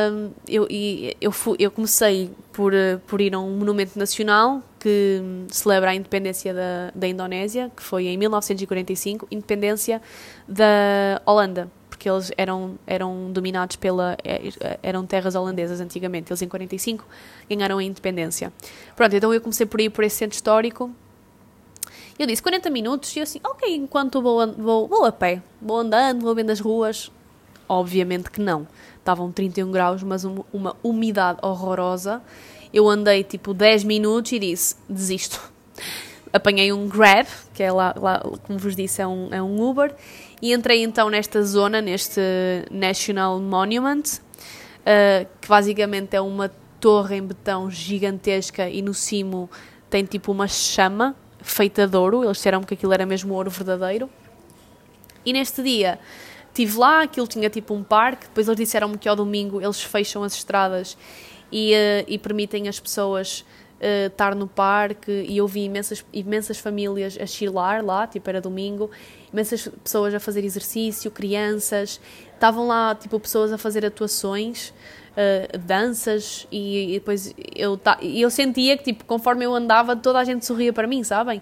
eu comecei por ir a um monumento nacional que celebra a independência da Indonésia, que foi em 1945, independência da Holanda. Porque eles eram dominados eram terras holandesas antigamente. Eles em 45 ganharam a independência. Pronto, então eu comecei por ir por esse centro histórico. Eu disse 40 minutos e eu assim, ok, enquanto vou a pé, vou andando, vou vendo as ruas. Obviamente que não. Estavam 31 graus, mas uma umidade horrorosa. Eu andei tipo 10 minutos e disse, desisto. Apanhei um Grab, que é lá como vos disse, é um Uber, e entrei então nesta zona, neste National Monument, que basicamente é uma torre em betão gigantesca e no cimo tem tipo uma chama feita de ouro. Eles disseram que aquilo era mesmo ouro verdadeiro. E neste dia estive lá, aquilo tinha tipo um parque, depois eles disseram-me que ao domingo eles fecham as estradas e permitem as pessoas estar no parque, e eu vi imensas famílias a chilar lá, tipo era domingo, imensas pessoas a fazer exercício, crianças, estavam lá tipo pessoas a fazer atuações, danças, e depois eu sentia que tipo, conforme eu andava toda a gente sorria para mim, sabem?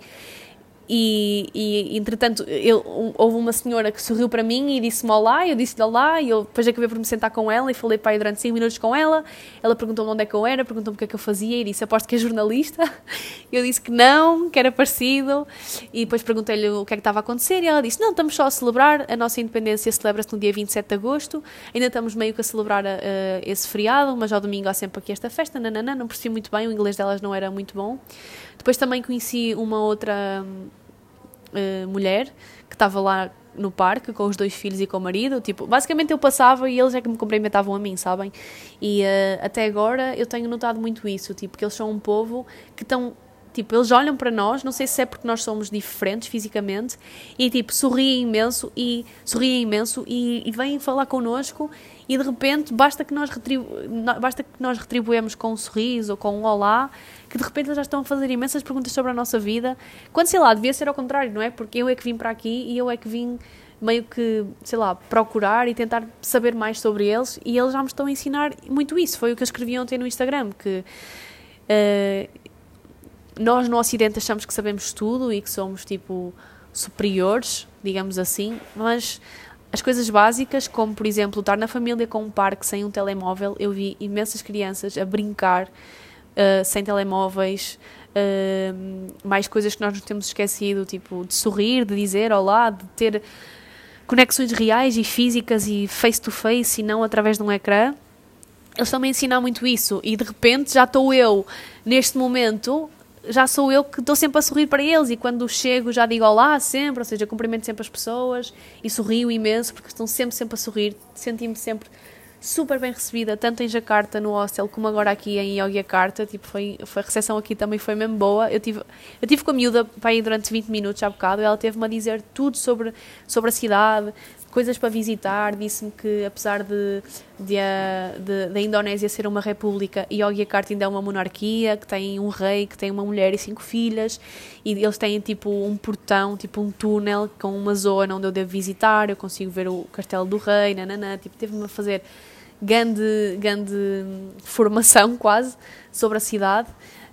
E entretanto houve uma senhora que sorriu para mim e disse-me olá, eu disse-lhe olá, e eu depois acabei por me sentar com ela e falei para aí durante 5 minutos com ela. Ela perguntou-me onde é que eu era, perguntou-me o que é que eu fazia e disse, aposto que é jornalista. Eu disse que não, que era parecido, e depois perguntei-lhe o que é que estava a acontecer e ela disse, não, estamos só a celebrar, a nossa independência celebra-se no dia 27 de agosto, ainda estamos meio que a celebrar esse feriado, mas ao domingo há sempre aqui esta festa, nananã. Não percebi muito bem, o inglês delas não era muito bom. Depois também conheci uma outra mulher que estava lá no parque com os 2 filhos e com o marido. Tipo, basicamente eu passava e eles é que me cumprimentavam a mim, sabem? E até agora eu tenho notado muito isso, tipo, que eles são um povo que estão, tipo, eles olham para nós, não sei se é porque nós somos diferentes fisicamente, e tipo, sorriem imenso e vêm falar connosco, e de repente basta que nós retribuemos com um sorriso ou com um olá, que de repente eles já estão a fazer imensas perguntas sobre a nossa vida, quando, sei lá, devia ser ao contrário, não é? Porque eu é que vim para aqui e eu é que vim meio que, sei lá, procurar e tentar saber mais sobre eles, e eles já me estão a ensinar muito isso. Foi o que eu escrevi ontem no Instagram, que nós no Ocidente achamos que sabemos tudo e que somos, tipo, superiores, digamos assim, mas as coisas básicas, como, por exemplo, estar na família com um parque sem um telemóvel, eu vi imensas crianças a brincar sem telemóveis, mais coisas que nós nos temos esquecido, tipo, de sorrir, de dizer olá, de ter conexões reais e físicas e face-to-face e não através de um ecrã. Eles estão-me a ensinar muito isso, e de repente já estou eu, neste momento, já sou eu que estou sempre a sorrir para eles e quando chego já digo olá sempre, ou seja, cumprimento sempre as pessoas e sorrio imenso porque estão sempre a sorrir, senti-me sempre super bem recebida, tanto em Jakarta no hostel como agora aqui em Yogyakarta, tipo, foi a recepção aqui também foi mesmo boa. Eu tive com a miúda para ir durante 20 minutos há bocado e ela teve-me a dizer tudo sobre a cidade, coisas para visitar, disse-me que apesar da Indonésia ser uma república, Yogyakarta ainda é uma monarquia, que tem um rei, que tem uma mulher e 5 filhas, e eles têm tipo um portão, tipo um túnel com uma zona onde eu devo visitar, eu consigo ver o castelo do rei, nananã, tipo, teve-me a fazer grande formação quase sobre a cidade.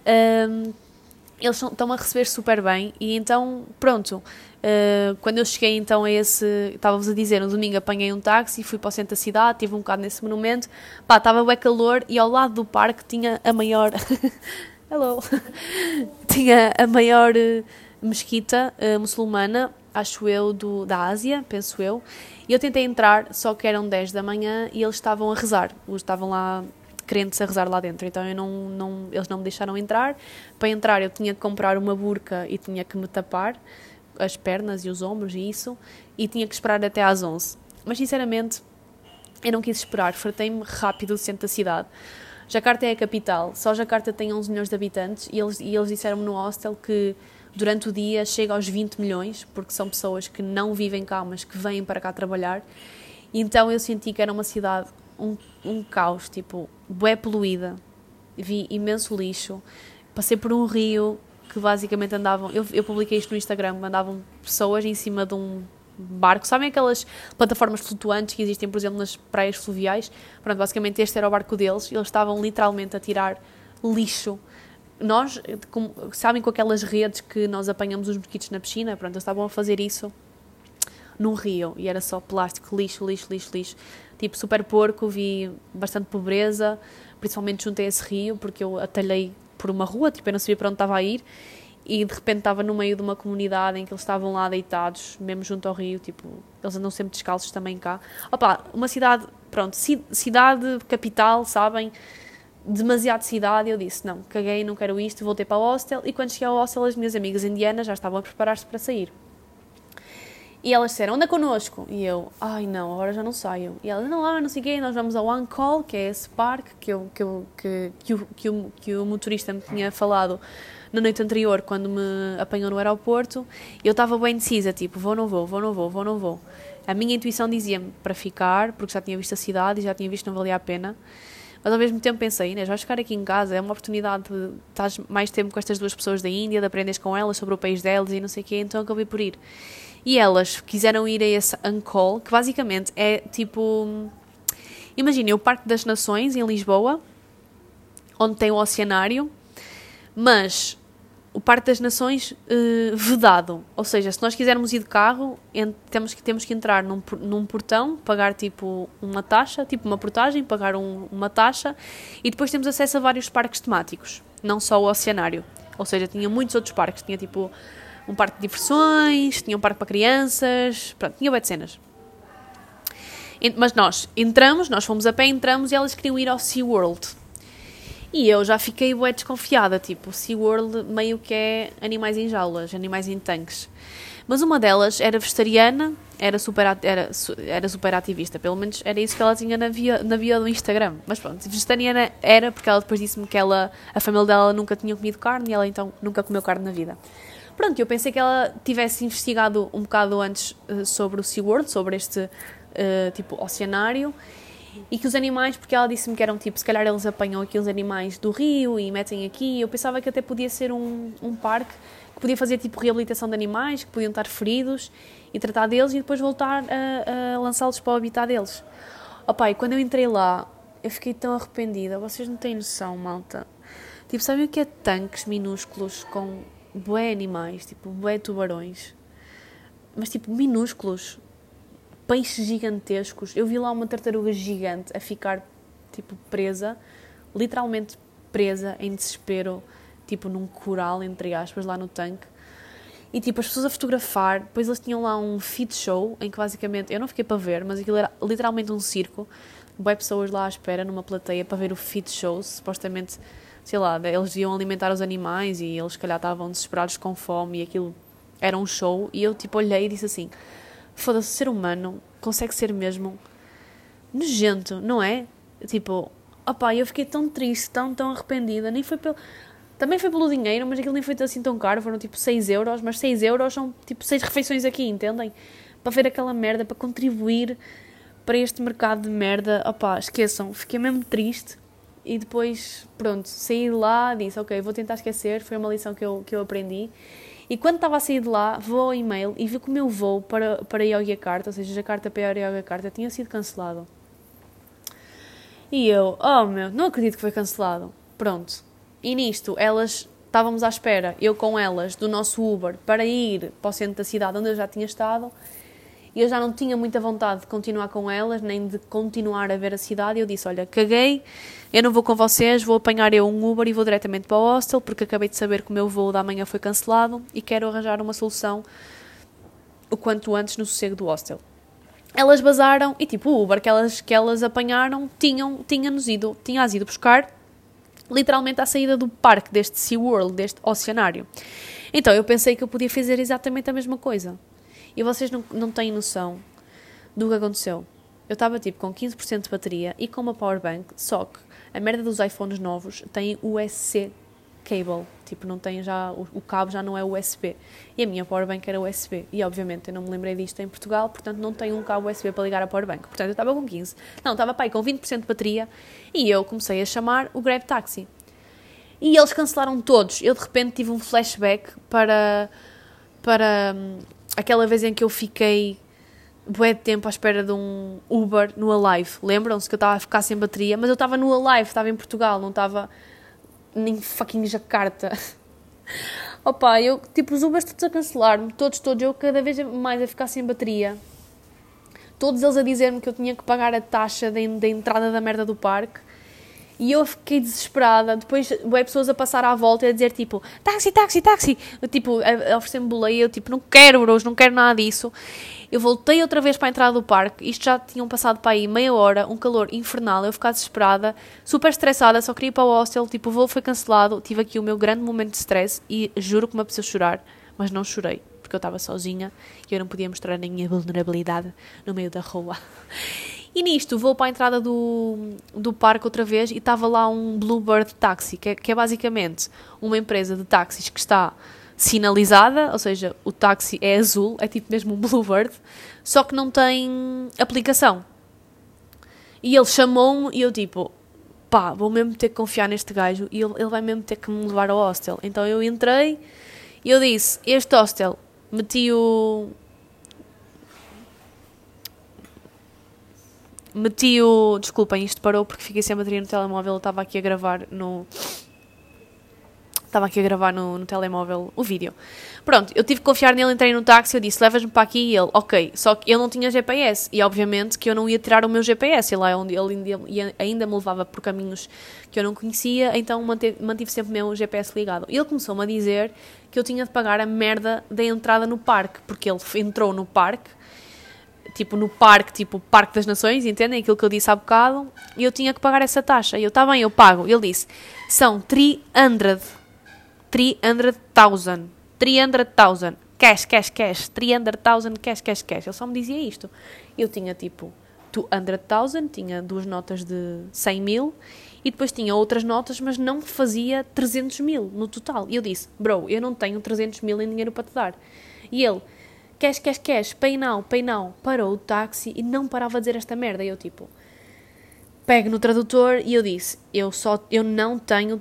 Eles estão a receber super bem e então, pronto, quando eu cheguei então a estava-vos a dizer, no domingo apanhei um táxi, fui para o centro da cidade, tive um bocado nesse monumento, pá, estava bem calor e ao lado do parque tinha a maior, hello, tinha a maior mesquita muçulmana, acho eu, da Ásia, penso eu, e eu tentei entrar, só que eram 10 da manhã e eles estavam a rezar, estavam lá crentes a rezar lá dentro, então eles não me deixaram entrar. Para entrar eu tinha que comprar uma burca e tinha que me tapar as pernas e os ombros e isso, e tinha que esperar até às 11. Mas sinceramente eu não quis esperar, fartei-me rápido do centro da cidade. Jakarta é a capital, só Jakarta tem 11 milhões de habitantes e eles disseram-me no hostel que durante o dia chega aos 20 milhões, porque são pessoas que não vivem cá, mas que vêm para cá trabalhar. E então eu senti que era uma cidade, um caos, tipo, bué poluída. Vi imenso lixo. Passei por um rio que basicamente andavam... Eu publiquei isto no Instagram, andavam pessoas em cima de um barco. Sabem aquelas plataformas flutuantes que existem, por exemplo, nas praias fluviais? Pronto, basicamente este era o barco deles. Eles estavam literalmente a tirar lixo. Nós, sabem, com aquelas redes que nós apanhamos os mosquitos na piscina? Pronto, eles estavam a fazer isso num rio e era só plástico, lixo. Tipo, super porco, vi bastante pobreza, principalmente junto a esse rio, porque eu atalhei por uma rua, tipo, eu não sabia para onde estava a ir, e de repente estava no meio de uma comunidade em que eles estavam lá deitados, mesmo junto ao rio, tipo, eles andam sempre descalços também cá. Opa, uma cidade, pronto, cidade, capital, sabem, demasiado cidade, eu disse, não, caguei, não quero isto, voltei para o hostel, e quando cheguei ao hostel as minhas amigas indianas já estavam a preparar-se para sair. E elas disseram, anda connosco. E eu, ai não, agora já não saio. E elas, não sei o quê, nós vamos ao Angkor, que é esse parque que o motorista me tinha falado na noite anterior, quando me apanhou no aeroporto. E eu estava bem indecisa, tipo, vou, não vou. A minha intuição dizia-me para ficar, porque já tinha visto a cidade e já tinha visto que não valia a pena. Mas ao mesmo tempo pensei, Inês, vais ficar aqui em casa, é uma oportunidade de estás mais tempo com estas 2 pessoas da Índia, de aprenderes com elas sobre o país delas e não sei o quê, então acabei por ir. E elas quiseram ir a esse Angkor, que basicamente é tipo... Imaginem o Parque das Nações, em Lisboa, onde tem o Oceanário, mas o Parque das Nações vedado. Ou seja, se nós quisermos ir de carro, temos que entrar num portão, pagar tipo uma taxa, tipo uma portagem, pagar uma taxa, e depois temos acesso a vários parques temáticos, não só o Oceanário. Ou seja, tinha muitos outros parques, tinha tipo... um parque de diversões, tinha um parque para crianças, pronto, tinha bué de cenas. Mas nós fomos a pé, entramos e elas queriam ir ao SeaWorld. E eu já fiquei bué desconfiada, tipo, o SeaWorld meio que é animais em jaulas, animais em tanques. Mas uma delas era vegetariana, era super ativista, pelo menos era isso que ela tinha na bio do Instagram. Mas pronto, vegetariana era porque ela depois disse-me que a família dela nunca tinha comido carne e ela então nunca comeu carne na vida. Pronto, eu pensei que ela tivesse investigado um bocado antes sobre o SeaWorld, sobre este tipo oceanário, e que os animais, porque ela disse-me que eram tipo, se calhar eles apanham aqui os animais do rio e metem aqui, eu pensava que até podia ser um parque que podia fazer tipo reabilitação de animais, que podiam estar feridos e tratar deles e depois voltar a lançá-los para o habitat deles. Opa, e quando eu entrei lá, eu fiquei tão arrependida, vocês não têm noção, malta. Tipo, sabem o que é tanques minúsculos com bué animais, tipo, bué tubarões, mas tipo, minúsculos, peixes gigantescos. Eu vi lá uma tartaruga gigante a ficar, tipo, presa, literalmente presa, em desespero, tipo, num coral, entre aspas, lá no tanque. E, tipo, as pessoas a fotografar, depois eles tinham lá um feed show, em que basicamente, eu não fiquei para ver, mas aquilo era literalmente um circo, bué pessoas lá à espera, numa plateia, para ver o feed show, supostamente sei lá, eles iam alimentar os animais e eles, se calhar, estavam desesperados com fome e aquilo era um show. E eu, tipo, olhei e disse assim, foda-se, o ser humano consegue ser mesmo nojento, não é? Tipo, opá, eu fiquei tão triste, tão arrependida, nem foi pelo... Também foi pelo dinheiro, mas aquilo nem foi assim tão caro, foram tipo 6 euros, mas 6 euros são tipo 6 refeições aqui, entendem? Para ver aquela merda, para contribuir para este mercado de merda, opá, esqueçam, fiquei mesmo triste e depois, pronto, saí de lá, disse, ok, vou tentar esquecer, foi uma lição que eu aprendi. E quando estava a sair de lá, vou ao e-mail e vi que o meu voo para Yogyakarta, ou seja, Jakarta para Yogyakarta, tinha sido cancelado. E eu, oh meu, não acredito que foi cancelado. Pronto. E nisto, estávamos à espera, eu com elas, do nosso Uber, para ir para o centro da cidade onde eu já tinha estado. E eu já não tinha muita vontade de continuar com elas, nem de continuar a ver a cidade. E eu disse, olha, caguei, eu não vou com vocês, vou apanhar eu um Uber e vou diretamente para o hostel, porque acabei de saber que o meu voo da manhã foi cancelado e quero arranjar uma solução o quanto antes no sossego do hostel. Elas bazaram e tipo o Uber que elas apanharam tinha-as ido buscar literalmente à saída do parque deste SeaWorld, deste oceanário. Então eu pensei que eu podia fazer exatamente a mesma coisa. E vocês não têm noção do que aconteceu. Eu estava tipo com 15% de bateria e com uma powerbank, só que a merda dos iPhones novos tem USB cable, tipo não tem já, o cabo já não é USB. E a minha powerbank era USB. E obviamente eu não me lembrei disto em Portugal, portanto não tenho um cabo USB para ligar a powerbank. Portanto eu estava com 15%, não, estava para aí com 20% de bateria e eu comecei a chamar o Grab Taxi. E eles cancelaram todos. Eu de repente tive um flashback para aquela vez em que eu fiquei bué de tempo à espera de um Uber no Alive. Lembram-se que eu estava a ficar sem bateria? Mas eu estava no Alive, estava em Portugal, não estava nem fucking Jakarta. Opa, eu, tipo, os Ubers todos a cancelar-me, todos, eu cada vez mais a ficar sem bateria. Todos eles a dizer-me que eu tinha que pagar a taxa da entrada da merda do parque. E eu fiquei desesperada. Depois, pessoas a passar à volta e a dizer, tipo, táxi. Eu, tipo, a oferecer-me boleia. Eu, tipo, não quero, bros, não quero nada disso. Eu voltei outra vez para a entrada do parque. Isto já tinham passado para aí meia hora. Um calor infernal. Eu ficar desesperada. Super estressada. Só queria ir para o hostel. Tipo, o voo foi cancelado. Tive aqui o meu grande momento de stress. E juro que me apeteceu chorar. Mas não chorei. Porque eu estava sozinha. E eu não podia mostrar a minha vulnerabilidade no meio da rua. E nisto, vou para a entrada do parque outra vez e estava lá um Bluebird Taxi, que é basicamente uma empresa de táxis que está sinalizada, ou seja, o táxi é azul, é tipo mesmo um Bluebird, só que não tem aplicação. E ele chamou-me e eu tipo, pá, vou mesmo ter que confiar neste gajo e ele vai mesmo ter que me levar ao hostel. Então eu entrei e eu disse, este hostel, desculpem, isto parou porque fiquei sem bateria no telemóvel. Eu estava aqui a gravar no telemóvel o vídeo. Pronto, eu tive que confiar nele, entrei no táxi, eu disse, levas-me para aqui e ele, ok. Só que ele não tinha GPS e obviamente que eu não ia tirar o meu GPS. Lá onde ele ainda me levava por caminhos que eu não conhecia, então mantive sempre o meu GPS ligado. E ele começou-me a dizer que eu tinha de pagar a merda da entrada no parque, porque ele entrou no parque, tipo Parque das Nações, entendem? Aquilo que eu disse há bocado, e eu tinha que pagar essa taxa. E eu, tá bem, eu pago. Ele disse, são 300,000, cash, 300,000, cash. Ele só me dizia isto. Eu tinha, tipo, 200,000, tinha 2 notas de 100 mil, e depois tinha outras notas, mas não fazia 300 mil no total. E eu disse, bro, eu não tenho 300 mil em dinheiro para te dar. E ele, cash, pay now. Parou o táxi e não parava a dizer esta merda. E eu tipo, pego no tradutor e eu disse, eu não tenho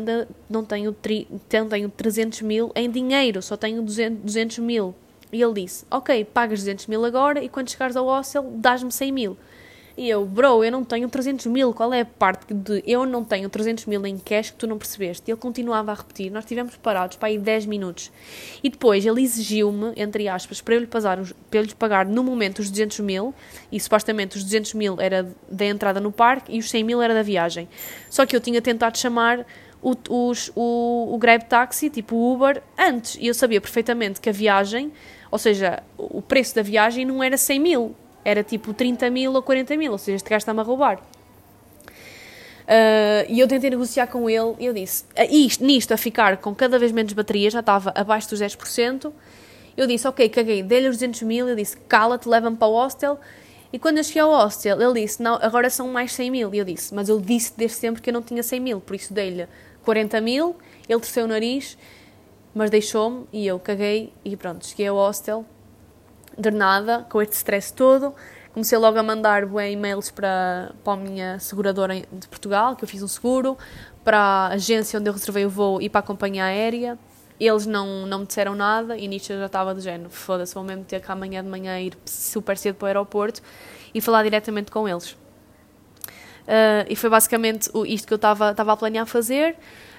300 mil em dinheiro, só tenho 200 mil. E ele disse, ok, pagas 200 mil agora e quando chegares ao hostel dás-me 100 mil. E eu, bro, eu não tenho 300 mil, qual é a parte de eu não tenho 300 mil em cash que tu não percebeste? E ele continuava a repetir, nós estivemos parados para aí 10 minutos. E depois ele exigiu-me, entre aspas, para eu lhe pagar no momento os 200 mil, e supostamente os 200 mil era da entrada no parque e os 100 mil era da viagem. Só que eu tinha tentado chamar o Grab Taxi, tipo o Uber, antes, e eu sabia perfeitamente que a viagem, ou seja, o preço da viagem não era 100 mil, era tipo 30 mil ou 40 mil, ou seja, este gajo está-me a roubar. E eu tentei negociar com ele e eu disse, nisto a ficar com cada vez menos bateria, já estava abaixo dos 10%, eu disse, ok, caguei, dei-lhe os 200 mil, eu disse, cala-te, leva-me para o hostel. E quando eu cheguei ao hostel, ele disse, não, agora são mais 100 mil. E eu disse, mas eu disse desde sempre que eu não tinha 100 mil, por isso dei-lhe 40 mil, ele torceu o nariz, mas deixou-me e eu caguei e pronto, cheguei ao hostel, de nada, com este stress todo. Comecei logo a mandar e-mails para a minha seguradora de Portugal, que eu fiz um seguro, para a agência onde eu reservei o voo e para a companhia aérea. Eles não me disseram nada e nisto eu já estava do género, foda-se, vou mesmo ter que amanhã de manhã ir super cedo para o aeroporto e falar diretamente com eles. E foi basicamente isto que eu estava a planear fazer.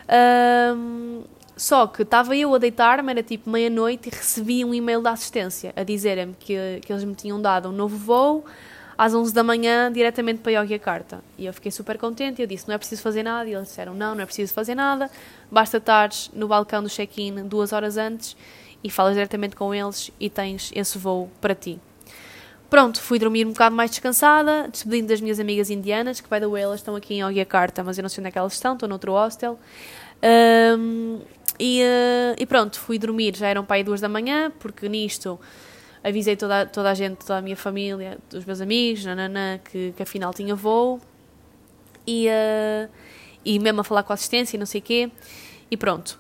Só que estava eu a deitar-me, era tipo meia-noite, e recebi um e-mail da assistência a dizerem-me que eles me tinham dado um novo voo às 11 da manhã diretamente para Yogyakarta. E eu fiquei super contente, eu disse, não é preciso fazer nada, e eles disseram, não é preciso fazer nada, basta estares no balcão do check-in 2 horas antes e falas diretamente com eles e tens esse voo para ti. Pronto, fui dormir um bocado mais descansada, despedindo das minhas amigas indianas, que by the way, elas estão aqui em Yogyakarta, mas eu não sei onde é que elas estão, estou noutro hostel. E pronto, fui dormir, já eram para aí 2 da manhã, porque nisto avisei toda a gente, toda a minha família, os meus amigos, que afinal tinha voo, e mesmo a falar com a assistência e não sei o quê, e pronto.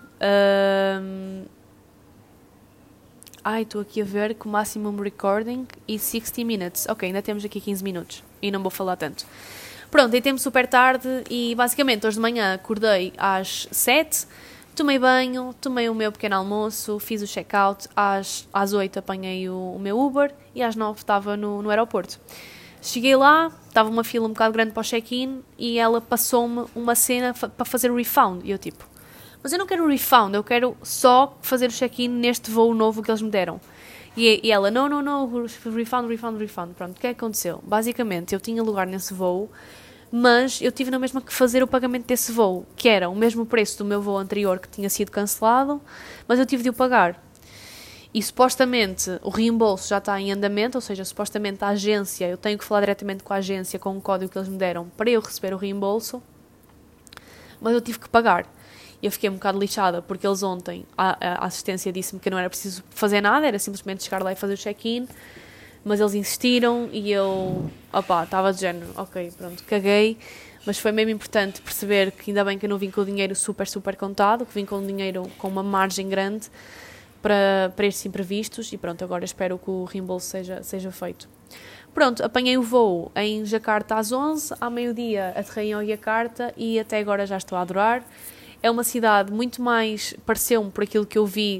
Estou aqui a ver que o maximum recording e 60 minutes. Ok, ainda temos aqui 15 minutos e não vou falar tanto. Pronto, deitei-me super tarde e basicamente hoje de manhã acordei às 7, tomei banho, tomei o meu pequeno almoço, fiz o check-out, às 8 apanhei o meu Uber e às 9 estava no aeroporto. Cheguei lá, estava uma fila um bocado grande para o check-in e ela passou-me uma cena para fazer o refund. E eu tipo, mas eu não quero o refund, eu quero só fazer o check-in neste voo novo que eles me deram. E ela, não, refund. Pronto, o que é que aconteceu? Basicamente, eu tinha lugar nesse voo, mas eu tive na mesma que fazer o pagamento desse voo, que era o mesmo preço do meu voo anterior que tinha sido cancelado, mas eu tive de o pagar. E supostamente o reembolso já está em andamento, ou seja, supostamente a agência, eu tenho que falar diretamente com a agência com o código que eles me deram para eu receber o reembolso, mas eu tive que pagar. E eu fiquei um bocado lixada, porque eles ontem, a assistência disse-me que não era preciso fazer nada, era simplesmente chegar lá e fazer o check-in, mas eles insistiram e eu, estava de género, ok, pronto, caguei, mas foi mesmo importante perceber que ainda bem que eu não vim com o dinheiro super, super contado, que vim com o dinheiro com uma margem grande para estes imprevistos e pronto, agora espero que o reembolso seja feito. Pronto, apanhei o voo em Jakarta às 11, ao meio-dia aterrei em Yogyakarta e até agora já estou a adorar. É uma cidade muito mais, pareceu-me por aquilo que eu vi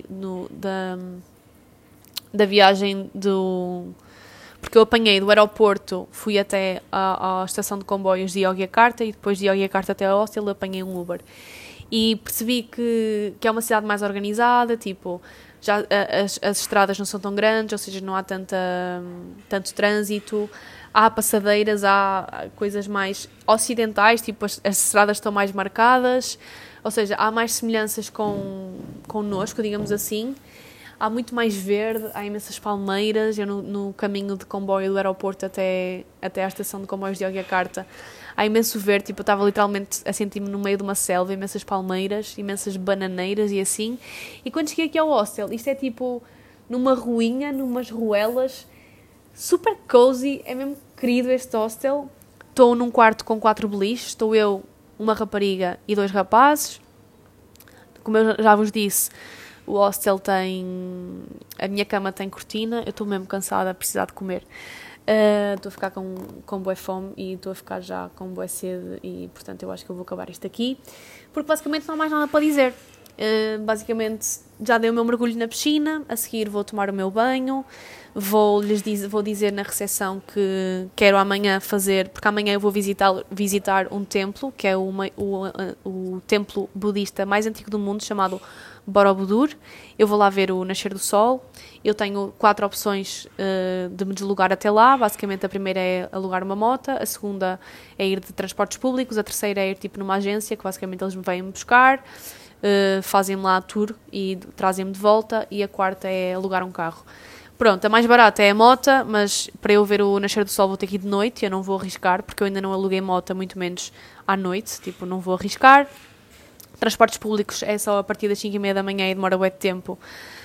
da viagem porque eu apanhei do aeroporto, fui até à estação de comboios de Yogyakarta e depois de Yogyakarta até ao hostel apanhei um Uber. E percebi que é uma cidade mais organizada, tipo, já as estradas não são tão grandes, ou seja, não há tanto trânsito, há passadeiras, há coisas mais ocidentais, tipo, as estradas estão mais marcadas, ou seja, há mais semelhanças connosco, digamos assim. Há muito mais verde, há imensas palmeiras. Eu no caminho de comboio do aeroporto até à estação de comboios de Yogyakarta, há imenso verde, tipo, eu estava literalmente a sentir-me no meio de uma selva, imensas palmeiras, imensas bananeiras e assim. E quando cheguei aqui ao hostel, isto é tipo numa ruinha, numas ruelas, super cozy, é mesmo querido este hostel. Estou num quarto com 4 beliches, estou eu, uma rapariga e 2 rapazes. Como eu já vos disse, o hostel a minha cama tem cortina, eu estou mesmo cansada, a precisar de comer. Estou a ficar com bué fome e estou a ficar já com bué sede e, portanto, eu acho que eu vou acabar isto aqui, porque basicamente não há mais nada para dizer. Basicamente, já dei o meu mergulho na piscina, a seguir vou tomar o meu banho, vou dizer na recepção que quero amanhã fazer, porque amanhã eu vou visitar um templo, que é o templo budista mais antigo do mundo, chamado Borobudur. Eu vou lá ver o nascer do sol. Eu tenho 4 opções de me deslocar até lá. Basicamente, a primeira é alugar uma moto, a segunda é ir de transportes públicos, a terceira é ir tipo numa agência, que basicamente eles me vêm buscar, fazem-me lá a tour e trazem-me de volta, e a quarta é alugar um carro. Pronto, a mais barata é a mota, mas para eu ver o nascer do sol vou ter que ir de noite, eu não vou arriscar, porque eu ainda não aluguei mota, muito menos à noite, tipo, não vou arriscar. Transportes públicos é só a partir das 5h30 da manhã e demora bué de tempo.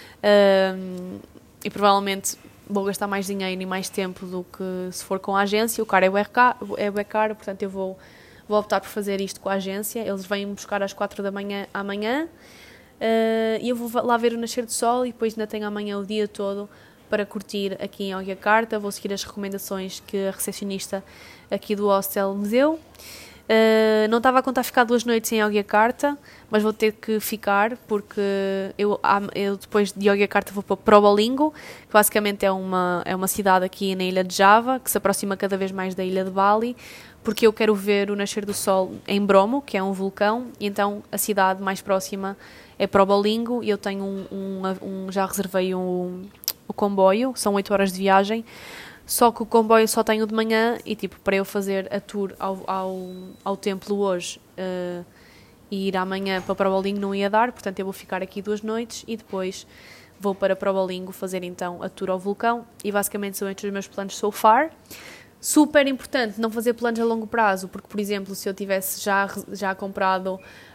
E provavelmente vou gastar mais dinheiro e mais tempo do que se for com a agência. O carro é bué caro, portanto eu vou optar por fazer isto com a agência. Eles vêm-me buscar às 4 da manhã amanhã, e eu vou lá ver o nascer do sol e depois ainda tenho amanhã o dia todo para curtir aqui em Yogyakarta. Vou seguir as recomendações que a recepcionista aqui do hostel me deu. Não estava a contar ficar 2 noites em Yogyakarta, mas vou ter que ficar porque eu depois de Yogyakarta vou para Probolinggo, que basicamente é uma cidade aqui na ilha de Java, que se aproxima cada vez mais da ilha de Bali, porque eu quero ver o nascer do sol em Bromo, que é um vulcão, e então a cidade mais próxima é Probolinggo, e eu tenho já reservei o comboio, são 8 horas de viagem. Só que o comboio só tenho de manhã e, tipo, para eu fazer a tour ao templo hoje e ir amanhã para Probolinggo não ia dar, portanto eu vou ficar aqui 2 noites e depois vou para Probolinggo fazer então a tour ao vulcão e basicamente são estes os meus planos so far. Super importante não fazer planos a longo prazo, porque, por exemplo, se eu tivesse já comprado,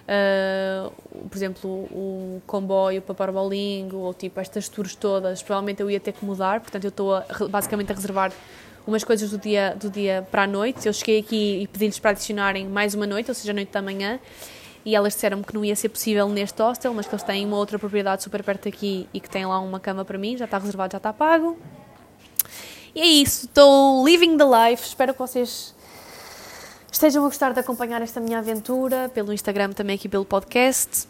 por exemplo, o comboio para Probolinggo ou tipo estas tours todas, provavelmente eu ia ter que mudar, portanto eu estou basicamente a reservar umas coisas do dia para a noite. Eu cheguei aqui e pedi-lhes para adicionarem mais uma noite, ou seja, a noite da manhã, e elas disseram-me que não ia ser possível neste hostel, mas que eles têm uma outra propriedade super perto aqui e que tem lá uma cama para mim, já está reservado, já está pago. E é isso, estou living the life, espero que vocês estejam a gostar de acompanhar esta minha aventura, pelo Instagram, também aqui pelo podcast.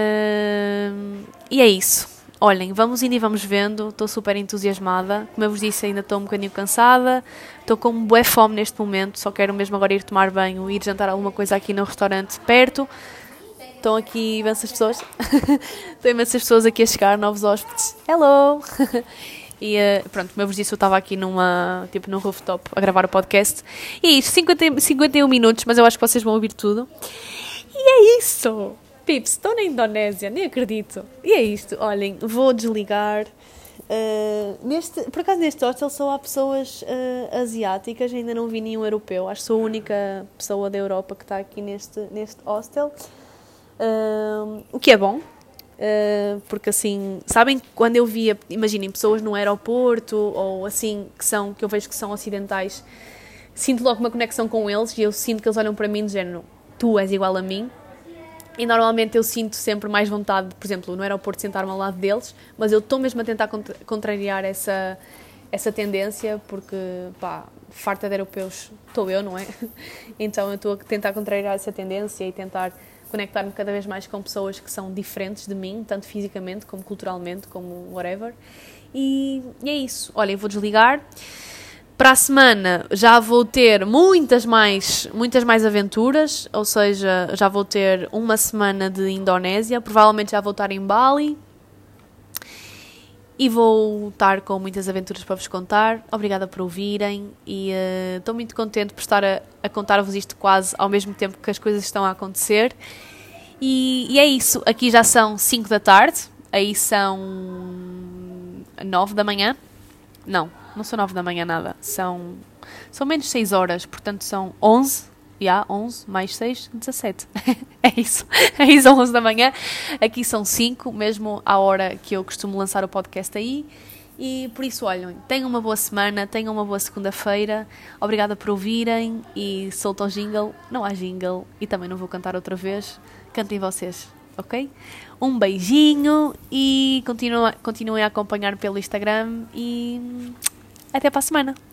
E é isso, olhem, vamos indo e vamos vendo, estou super entusiasmada, como eu vos disse ainda estou um bocadinho cansada, estou com bué fome neste momento, só quero mesmo agora ir tomar banho, ir jantar alguma coisa aqui no restaurante perto. Estão aqui imensas pessoas, estão imensas pessoas aqui a chegar, novos hóspedes, hello! E pronto, como eu vos disse, eu estava aqui num rooftop a gravar o podcast. E é isto, 51 minutos, mas eu acho que vocês vão ouvir tudo. E é isso! Pips, estou na Indonésia, nem acredito. E é isto, olhem, vou desligar. Por acaso neste hostel só há pessoas asiáticas, ainda não vi nenhum europeu. Acho que sou a única pessoa da Europa que está aqui neste hostel. O que é bom. Porque assim, sabem, quando eu via, imaginem, pessoas no aeroporto ou assim, que eu vejo que são ocidentais, sinto logo uma conexão com eles e eu sinto que eles olham para mim do género, tu és igual a mim, e normalmente eu sinto sempre mais vontade, por exemplo, no aeroporto sentar-me ao lado deles, mas eu estou mesmo a tentar contrariar essa tendência, porque pá, farta de europeus estou eu, não é? Então eu estou a tentar contrariar essa tendência e tentar conectar-me cada vez mais com pessoas que são diferentes de mim, tanto fisicamente como culturalmente, como whatever. E é isso. Olhem, vou desligar. Para a semana já vou ter muitas mais aventuras, ou seja, já vou ter uma semana de Indonésia, provavelmente já vou estar em Bali. E vou estar com muitas aventuras para vos contar. Obrigada por ouvirem e estou muito contente por estar a contar-vos isto quase ao mesmo tempo que as coisas estão a acontecer. E é isso. Aqui já são 5 da tarde. Aí são 9 da manhã. Não são 9 da manhã nada. São menos 6 horas. Portanto são 11. 11 mais 6, 17. É isso, 11 da manhã. Aqui são 5, mesmo à hora que eu costumo lançar o podcast aí. E por isso, olhem, tenham uma boa semana, tenham uma boa segunda-feira. Obrigada por ouvirem e solta o jingle. Não há jingle e também não vou cantar outra vez. Cantem vocês, ok? Um beijinho e continuem a acompanhar pelo Instagram e até para a semana.